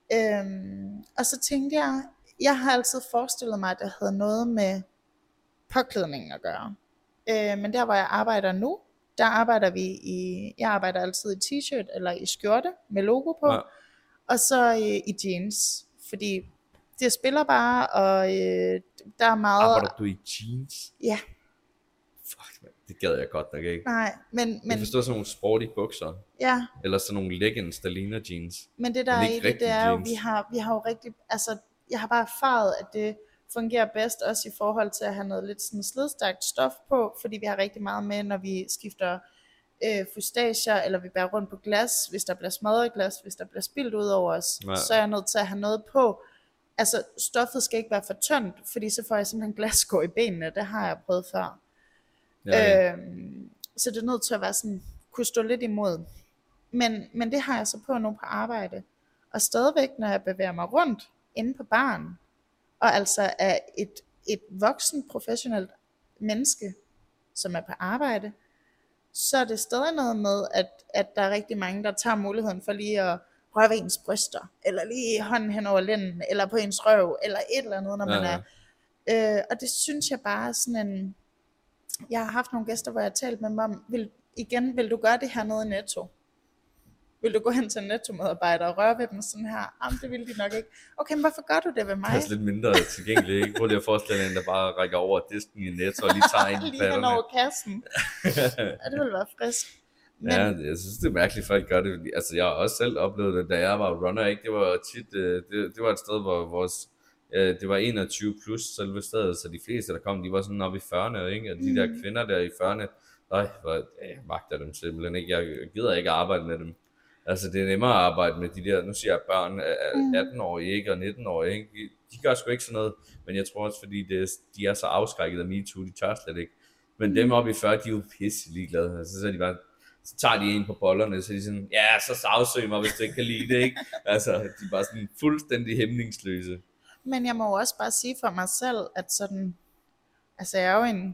Og så tænkte jeg har altid forestillet mig, at det havde noget med påklædningen at gøre. Men der hvor jeg arbejder nu, der arbejder jeg arbejder altid i t-shirt eller i skjorte med logo på. Ja. Og så i jeans, fordi det spiller bare, og der er meget. Arbejder du i jeans? Ja. Fuck, man. Det gad jeg godt nok ikke. Nej, men jeg forstår sådan nogle sporty bukser. Ja. Eller sådan nogle leggings, der ligner jeans. Men det der er i det er jo, vi har jo rigtig, altså jeg har bare erfaret, at det fungerer bedst også i forhold til at have noget lidt sådan slidstærkt stof på, fordi vi har rigtig meget med, når vi skifter fustager, eller vi bærer rundt på glas, hvis der bliver smadret glas, hvis der bliver spildt ud over os, så er jeg nødt til at have noget på. Altså stoffet skal ikke være for tyndt, fordi så får jeg simpelthen glasskår i benene, det har jeg prøvet før. Ja. Så det er nødt til at være sådan, kunne stå lidt imod. Men det har jeg så på nu på arbejde. Og stadigvæk, når jeg bevæger mig rundt inde på baren, og altså er et voksen professionelt menneske, som er på arbejde, så er det stadig noget med, at der er rigtig mange, der tager muligheden for lige at røre ved ens bryster, eller lige hånden hen over lænden, eller på ens røv, eller et eller andet, når man er. Og det synes jeg bare er sådan en. Jeg har haft nogle gæster, hvor jeg har talt med dem om, vil du gøre det her nede i Netto? Vil du gå hen til en Netto-medarbejder og røre ved dem sådan her? Jamen, det vil de nok ikke. Okay, men hvorfor gør du det ved mig? Det er lidt mindre tilgængeligt, ikke? Prøv lige at forestille dig en, der bare rækker over disken i Netto og lige tager ind lige hen over kassen. Ja, det ville være frisk. Men. Ja, jeg synes det er mærkeligt, at folk gør det. Altså, jeg har også selv oplevet det, da jeg var runner, ikke? Det var tit, det var et sted, hvor vores, det var 21 plus selve stedet, så de fleste, der kom, de var sådan oppe i 40'erne, ikke? Og de der kvinder der i 40'erne, jeg magter dem simpelthen ikke. Jeg gider ikke arbejde med dem. Altså, det er nemmere at arbejde med de der, nu siger jeg børn, 18-årige, ikke? Og 19-årige, ikke? De gør sgu ikke sådan noget, men jeg tror også, fordi de er så afskrækket af MeToo, de tør slet ikke. Men dem oppe i 40, de er jo pisse ligeglade. Altså, så er de bare, så tager de en på bollerne, så er de sådan, ja, så sagsøg mig, hvis du ikke kan lide det, ikke? Altså, de er bare sådan fuldstændig hæmningsløse. Men jeg må også bare sige for mig selv, at sådan, altså jeg er jo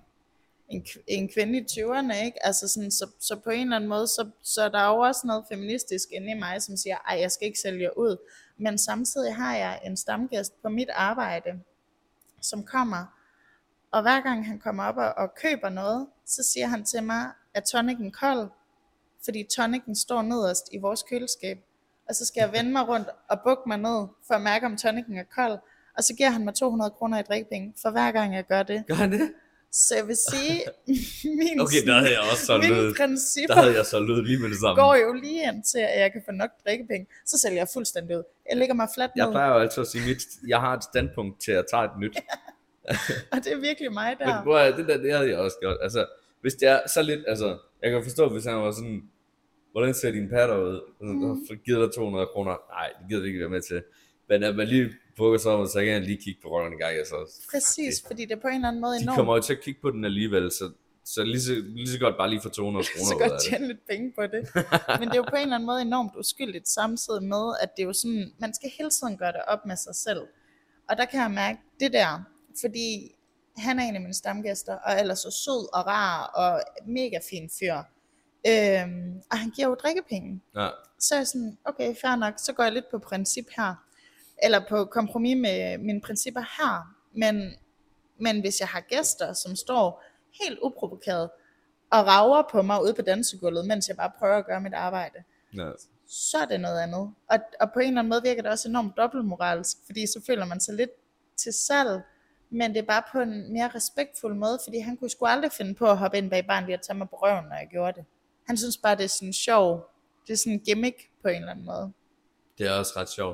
en kvinde i 20'erne, ikke? Altså sådan, så på en eller anden måde, så er der jo også noget feministisk inde i mig, som siger, ej, jeg skal ikke sælge jer ud. Men samtidig har jeg en stamgæst på mit arbejde, som kommer, og hver gang han kommer op og køber noget, så siger han til mig, at tonicen kold, fordi tonicen står nederst i vores køleskab. Og så skal jeg vende mig rundt og bukke mig ned, for at mærke, om tonicen er kold. Og så giver han mig 200 kroner i drikkepenge, for hver gang jeg gør det. Gør han det? Så jeg vil sige, okay, der havde jeg også så mine principper der havde jeg så lød lige med det samme. går jo lige ind til, at jeg kan få nok drikkepenge. Så sælger jeg fuldstændig ud. Jeg lægger mig fladt ned. Jeg plejer jo altid at sige, jeg har et standpunkt til at tage et nyt. Og det er virkelig mig der. Men bror, det havde jeg også gjort. Altså, hvis det er så lidt, altså, jeg kan forstå, hvis han var sådan, hvordan ser din patter ud? Giver dig 200 kroner? Nej, det gider vi ikke være med til. Men at man lige bukker sig om, så kan jeg lige kigge på røven en gang. Altså, præcis, fordi det er på en eller anden måde enormt. De kommer jo til at kigge på den alligevel, så Så lige så godt bare lige få 200 kroner så ud af godt det. tjene lidt penge på det. Men det er jo på en eller anden måde enormt uskyldigt, samtidig med, at det er jo sådan, man skal hele tiden gøre det op med sig selv. Og der kan jeg mærke det der, fordi han er en af mine stamgæster, og ellers så sød og rar, og mega fin fyr. Og han giver jo drikkepenge. Ja. Så er jeg sådan, okay, fair nok, så går jeg lidt på princip her. Eller på kompromis med mine principper her. Men hvis jeg har gæster, som står helt uprovokeret, og rager på mig ude på dansegulvet, mens jeg bare prøver at gøre mit arbejde, Ja. så er det noget andet. Og på en eller anden måde virker det også enormt dobbeltmoralsk, fordi så føler man sig lidt til salg, men det er bare på en mere respektfuld måde, fordi han kunne sgu aldrig finde på at hoppe ind bag barn lige at tage mig på røven, når jeg gjorde det. Han synes bare, det er sådan sjov. Det er sådan en gimmick på en eller anden måde. Det er også ret sjovt.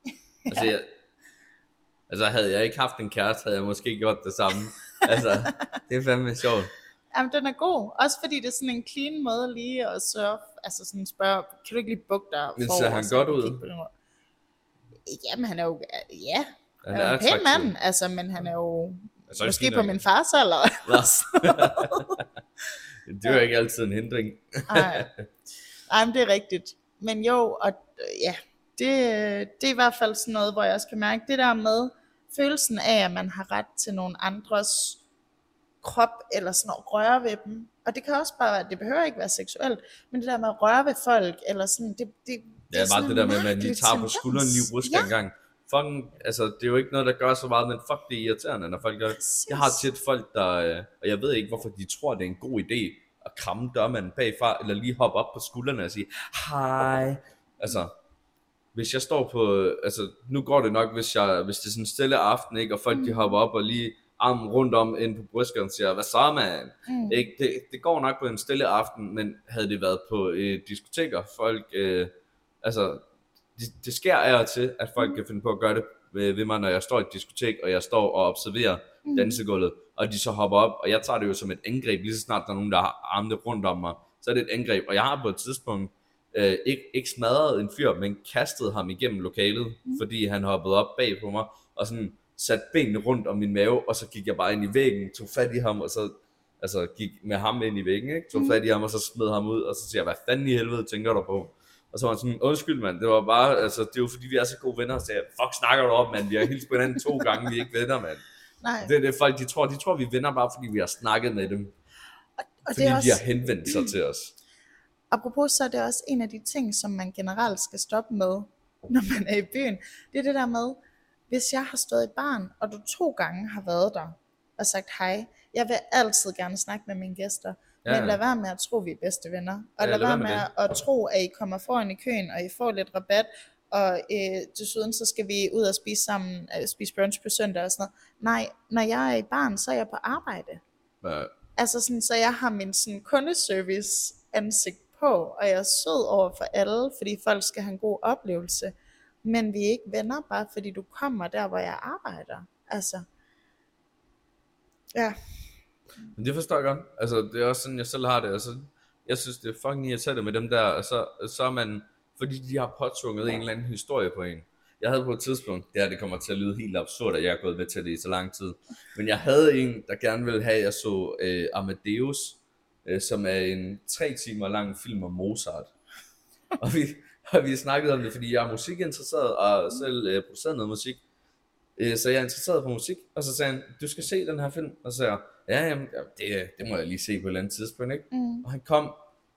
Altså havde jeg ikke haft en kæreste, havde jeg måske gjort det samme. Altså, det er fandme sjovt. Jamen, den er god. Også fordi det er sådan en clean måde lige at surfe. Altså sådan spørge, kan du ikke lige bukke dig? Men ser han godt ud? Jamen, han er jo, ja. Han er en pæn mand, altså, men han er jo altså, måske på min fars alder. Det er jo ikke altid en hindring. Nej, men det er rigtigt. Men jo, og ja, det er i hvert fald sådan noget, hvor jeg også kan mærke det der med følelsen af, at man har ret til nogle andres krop, eller sådan at røre ved dem. Og det kan også bare være, det behøver ikke være seksuelt, men det der med at røre ved folk, eller sådan, det ja, er bare det der med, at man lige tager på skulderen, lige rusker en gang. Fucking, altså, det er jo ikke noget, der gør så meget, men fuck, det er irriterende, når folk gør det. Jeg har tit folk, der, og jeg ved ikke, hvorfor de tror, det er en god idé, at kramme dørmanden bagfra, eller lige hoppe op på skuldrene og sige, hej. Altså, hvis jeg står på, altså, nu går det nok, hvis det er sådan en stille aften, ikke, og folk de hopper op og lige armen rundt om ind på brystkeren og siger, hvad så, man? Ikke? Det går nok på en stille aften, men havde det været på diskoteker, folk, altså, det sker af og til, at folk kan finde på at gøre det ved mig, når jeg står i et diskotek, og jeg står og observerer dansegulvet, og de så hopper op, og jeg tager det jo som et angreb, lige så snart der er nogen, der har armene rundt om mig, så er det et angreb, og jeg har på et tidspunkt ikke smadret en fyr, men kastet ham igennem lokalet, fordi han hoppede op bag på mig, og sådan satte benene rundt om min mave, og så gik jeg bare ind i væggen, tog fat i ham, og så altså, gik med ham ind i væggen, ikke? Tog fat i ham, og så smed ham ud, og så siger jeg, hvad fanden i helvede tænker du på? Og så var han sådan, undskyld mand, det var bare, altså, det er jo fordi, vi er så gode venner, så sagde jeg, fuck snakker du om, mand, vi har hilst på hinanden 2 gange, vi er ikke venner, mand. Nej. Det er det folk, de tror vi er venner, bare fordi vi har snakket med dem, og fordi de har henvendt sig til os. Apropos, så er det også en af de ting, som man generelt skal stoppe med, når man er i byen. Det er det der med, hvis jeg har stået i baren, og du 2 gange har været der, og sagt hej, jeg vil altid gerne snakke med mine gæster, men lad være med at tro, vi er bedste venner, og lad være med at tro, at I kommer foran i køen, og I får lidt rabat, og desuden så skal vi ud og spise sammen, spise brunch på søndag og sådan noget. Nej, når jeg er i baren, så er jeg på arbejde. Ja. Altså sådan, så jeg har min sådan kundeservice ansigt på, og jeg er sød over for alle, fordi folk skal have en god oplevelse. Men vi er ikke venner, bare fordi du kommer der, hvor jeg arbejder. Altså, ja. Men det forstår jeg godt. Altså, det er også sådan, jeg selv har det. Altså, jeg synes, det er fucking irriterende med dem der, og så er man, fordi de har påtvunget en eller anden historie på en. Jeg havde på et tidspunkt, det kommer til at lyde helt absurd, at jeg er gået med til det i så lang tid, men jeg havde en, der gerne ville have, at jeg så Amadeus, som er en 3 timer lang film om Mozart. Og vi snakkede om det, fordi jeg er musikinteresseret, og selv produceret noget musik. Så jeg er interesseret på musik, og så sagde han, du skal se den her film. Og så sagde jeg, jamen, det må jeg lige se på et eller andet tidspunkt, ikke? Og han kom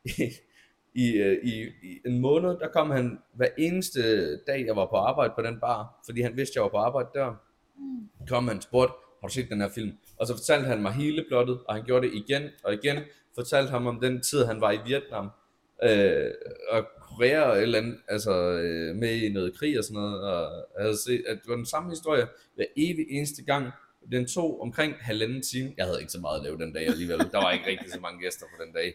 i en måned, der kom han hver eneste dag, jeg var på arbejde på den bar, fordi han vidste, jeg var på arbejde der. Kom han spurgte, har du set den her film? Og så fortalte han mig hele plottet, og han gjorde det igen og igen. Fortalte ham om den tid, han var i Vietnam, og Korea og et eller andet, altså med i noget krig og sådan noget, og jeg havde set, at det var den samme historie hver evig eneste gang. Den tog omkring 1,5 time. Jeg havde ikke så meget at lave den dag alligevel. Der var ikke rigtig så mange gæster på den dag.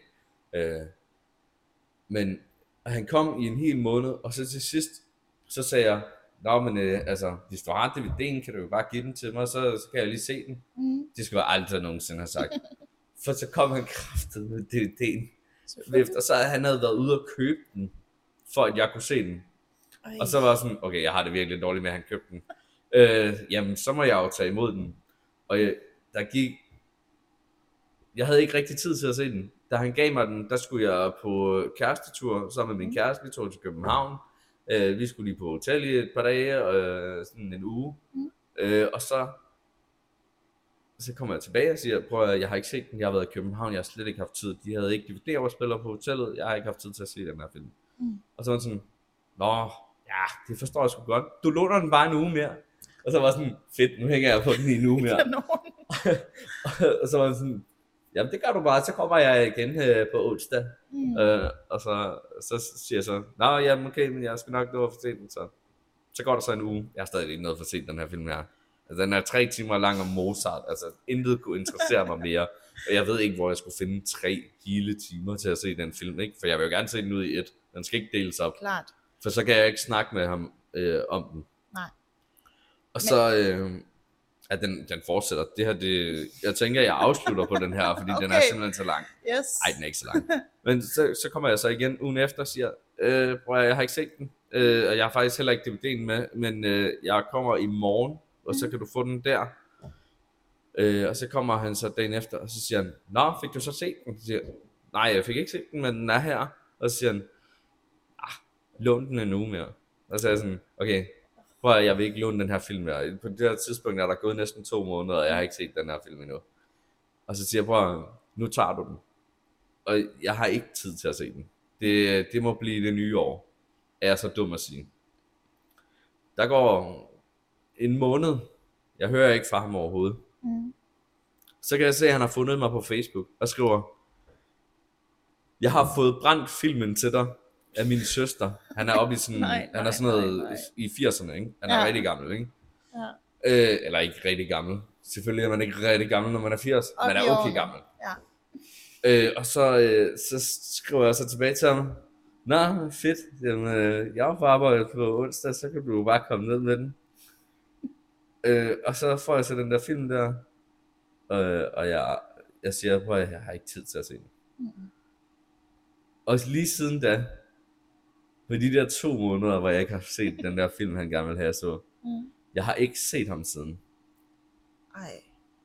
Men han kom i en hel måned, og så til sidst, så sagde jeg, nå, men altså, hvis du har DVD'en, kan du jo bare give den til mig, så kan jeg lige se den. Det skal jeg aldrig nogensinde have sagt. For så kom han kraftet med DVD'en. Og så han havde været ude og købe den, for at jeg kunne se den. Og så var jeg sådan, okay, jeg har det virkelig dårligt med, at han købte den. Jamen, så må jeg jo tage imod den. Og der gik jeg havde ikke rigtig tid til at se den. Da han gav mig den, der skulle jeg på kærestetur sammen med min kæreste. Vi tog til København. Vi skulle lige på hotel i et par dage, sådan en uge. Og så kommer jeg tilbage og siger, prøv at jeg har ikke set den, jeg har været i København, jeg har slet ikke haft tid. De havde ikke DVD-overspiller på hotellet, jeg har ikke haft tid til at se den her film. Og så var sådan, nå, ja, det forstår jeg sgu godt. Du låner den bare en uge mere. Og så var sådan, fedt, nu hænger jeg på den i en uge mere. Og så var jeg sådan, jamen det gør du bare, så kommer jeg igen på onsdag. Og så siger jeg så, nå jamen okay, men jeg skal nok nå at få set den. Så går der så en uge, jeg har stadig ikke noget for at se den her film her. Altså, den er 3 timer lang om Mozart, altså intet kunne interessere mig mere. Og jeg ved ikke, hvor jeg skulle finde 3 hele timer til at se den film, ikke? For jeg vil jo gerne se den ud i et. Den skal ikke deles op. Klart. For så kan jeg ikke snakke med ham om den. Nej. Og så at den fortsætter. Jeg tænker, jeg afslutter på den her, fordi den er simpelthen så lang. Yes. Ej, den er ikke så lang. Men så kommer jeg så igen ugen efter og siger, prøv jeg har ikke set den. Og jeg har faktisk heller ikke DVD'en med, men jeg kommer i morgen, og så kan du få den der. Og så kommer han så dagen efter, og så siger han, nå, fik du så set den? Så siger jeg, nej, jeg fik ikke set den, men den er her. Og så siger han, lån den en uge mere. Og så er jeg sådan, okay, prøv at jeg vil ikke låne den her film mere. På det her tidspunkt er der gået næsten 2 måneder, og jeg har ikke set den her film endnu. Og så siger jeg, prøv at, nu tager du den. Og jeg har ikke tid til at se den. Det må blive det nye år. Er jeg så dum at sige. Der går en måned. Jeg hører ikke fra ham overhovedet. Så kan jeg se, at han har fundet mig på Facebook og skriver, jeg har fået brændt filmen til dig af min søster. Han er oppe i sådan, han er sådan noget i 80'erne, ikke? Han er rigtig gammel, ikke? Ja. Eller ikke rigtig gammel. Selvfølgelig er man ikke rigtig gammel, når man er 80. Man er okay gammel. Ja. Og så skriver jeg så tilbage til ham, nå, fedt. Jamen, jeg er på arbejde på onsdag, så kan du bare komme ned med den. Og så får jeg så den der film der, og jeg siger, at jeg har ikke tid til at se den. Og lige siden da, på de der 2 måneder, hvor jeg ikke har set den der film, han gerne vil have, så jeg har ikke set ham siden. Ej.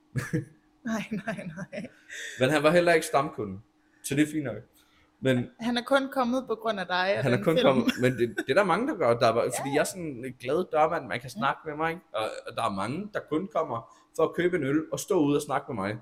Nej. Men han var heller ikke stamkunde, så det er fint nok. Men han er kun kommet på grund af dig. Han er kun kommet, men det er der mange, der gør. Fordi jeg er sådan en glad dørmand, man kan snakke med mig. Og der er mange, der kun kommer for at købe en øl og stå ude og snakke med mig.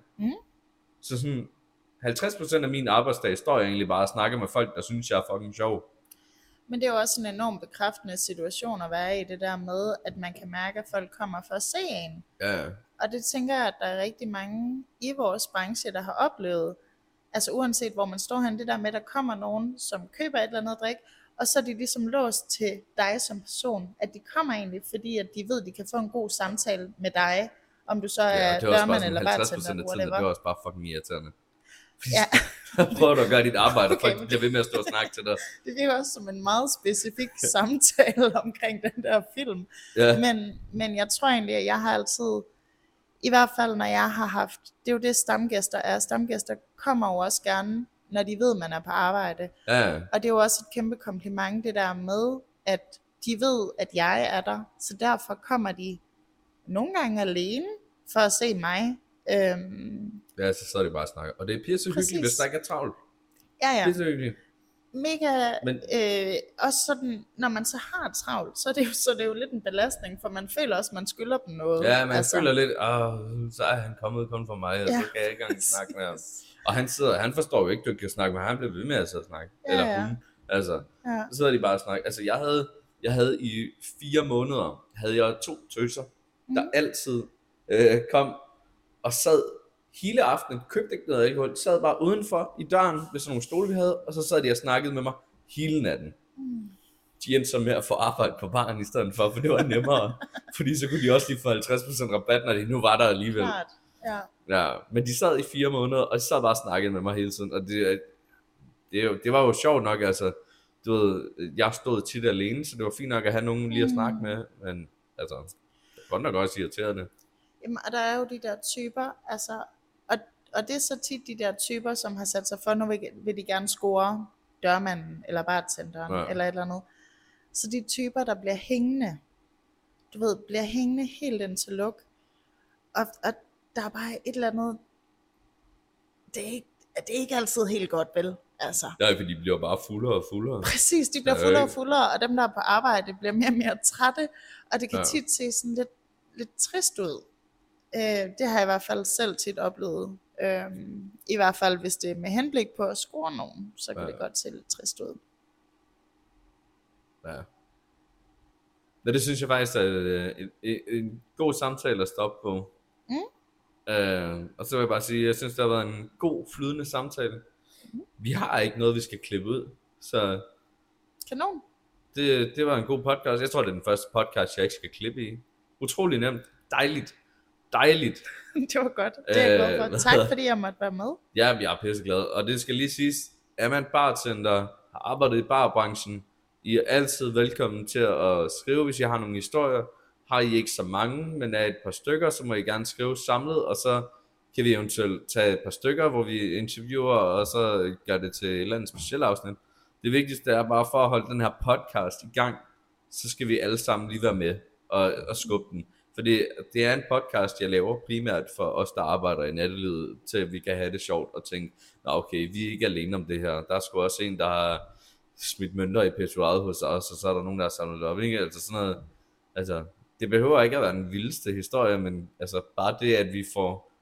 Så sådan 50% af min arbejdsdag står jeg egentlig bare og snakker med folk, der synes, jeg er fucking sjov. Men det er jo også en enormt bekræftende situation at være i, det der med, at man kan mærke, at folk kommer for at se en. Ja. Og det tænker jeg, at der er rigtig mange i vores branche, der har oplevet. Altså uanset hvor man står hen, det der med, at der kommer nogen, som køber et eller andet drik, og så er de ligesom låst til dig som person. At de kommer egentlig, fordi at de ved, at de kan få en god samtale med dig, om du så er dørmand eller bartender, whatever. Det er også bare fucking irriterende. Ja. Prøver du at gøre dit arbejde, og folk bliver ved med at stå og snakke til dig. Det virker også som en meget specifik samtale omkring den der film. Ja. Men jeg tror egentlig, at jeg har altid, i hvert fald når jeg har haft, det er jo det stamgæster er. Stamgæster kommer jo også gerne, når de ved, man er på arbejde. Ja. Og det er jo også et kæmpe kompliment, det der med, at de ved, at jeg er der. Så derfor kommer de nogle gange alene for at se mig. Ja, så er det bare at snakke. Og det er pisse hyggeligt, hvis der ikke er travlt. Ja. Pisse hyggeligt. Mega, men også sådan, når man så har travlt, så er det jo lidt en belastning, for man føler også, at man skylder dem noget. Ja, man føler lidt, så er han kommet kun for mig, og så kan jeg ikke engang snakke med ham. Og han forstår jo ikke, du kan snakke med ham, han bliver ved med at snakke. Eller hun. Altså, så sidder de bare og snakker. Altså, jeg havde i 4 måneder, havde jeg 2 tøser, der altid kom og sad hele aftenen, købte ikke noget alkohol, sad bare udenfor i døren ved sådan nogle stole, vi havde, og så sad de og snakkede med mig hele natten. De endte så med at få arbejde på baren i stedet for det var nemmere, fordi så kunne de også lige få 50% rabat, når de nu var der alligevel. Ja, men de sad i 4 måneder, og de sad bare og snakkede med mig hele tiden, og det var jo sjovt nok, altså, du ved, jeg stod tit alene, så det var fint nok at have nogen lige at snakke med, men altså, det var godt nok også irriterende. Jamen, og der er jo de der typer, altså, og det er så tit de der typer, som har sat sig for, nu vil de gerne score dørmanden, eller bartenderen, eller et eller andet. Så de typer, der bliver hængende, du ved, bliver hængende helt indtil luk. Og der er bare et eller andet, det er ikke altid helt godt, vel? Altså. Nej, for de bliver bare fuldere og fuldere. Præcis, de bliver fuldere og fuldere, og dem, der er på arbejde, bliver mere og mere trætte, og det kan tit se sådan lidt trist ud. Det har jeg i hvert fald selv tit oplevet. I hvert fald, hvis det er med henblik på at score nogen, så kan det godt se lidt trist ud. Ja. Men det synes jeg faktisk er en god samtale at stoppe på. Og så vil jeg bare sige, jeg synes, det har været en god, flydende samtale. Vi har ikke noget, vi skal klippe ud. Så kanon. Det var en god podcast. Jeg tror, det er den første podcast, jeg ikke skal klippe i. Utrolig nemt. Dejligt. Det var godt. Det er jeg glad for. Tak fordi jeg måtte være med. Ja, jeg er pisseglad. Og det skal lige siges, er man bartender, har arbejdet i barbranchen, I er altid velkommen til at skrive, hvis I har nogle historier. Har I ikke så mange, men er et par stykker, så må I gerne skrive samlet, og så kan vi eventuelt tage et par stykker, hvor vi interviewer, og så gør det til et eller andet specielt afsnit. Det vigtigste er bare for at holde den her podcast i gang, så skal vi alle sammen lige være med og skubbe den. Fordi det er en podcast, jeg laver primært for os, der arbejder i nattelivet, til at vi kan have det sjovt og tænke, nå okay, vi er ikke alene om det her. Der er sgu også en, der har smidt mønter i pissoiret hos os, og så er der nogen, der har samlet det op, ikke? Altså sådan noget, altså, det behøver ikke at være den vildeste historie, men altså bare det, at vi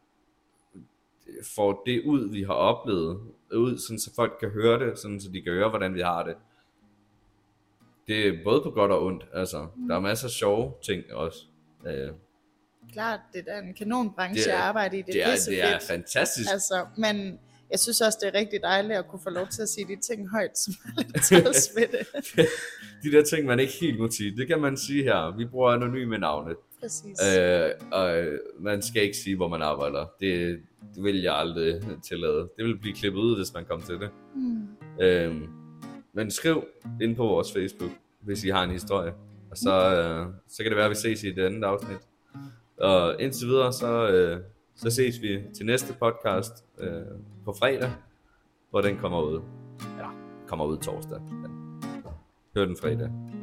får det ud, vi har oplevet, ud, sådan så folk kan høre det, sådan så de kan høre, hvordan vi har det. Det er både på godt og ondt, altså. Der er masser af sjove ting også. Klart, det er en kanonbranche at arbejde i. Det er fantastisk. Altså, men jeg synes også, det er rigtig dejligt at kunne få lov til at sige de ting højt, som er lidt tæls ved det. De der ting, man ikke helt må sige, det kan man sige her. Vi bruger anonyme navne. Præcis. Og man skal ikke sige, hvor man arbejder. Det vil jeg aldrig tillade. Det vil blive klippet ud, hvis man kommer til det. Men skriv ind på vores Facebook, hvis I har en historie. Og så kan det være, at vi ses i det andet afsnit. Og indtil videre, så ses vi til næste podcast på fredag, hvor den kommer ud. Eller kommer ud torsdag. Hør den fredag.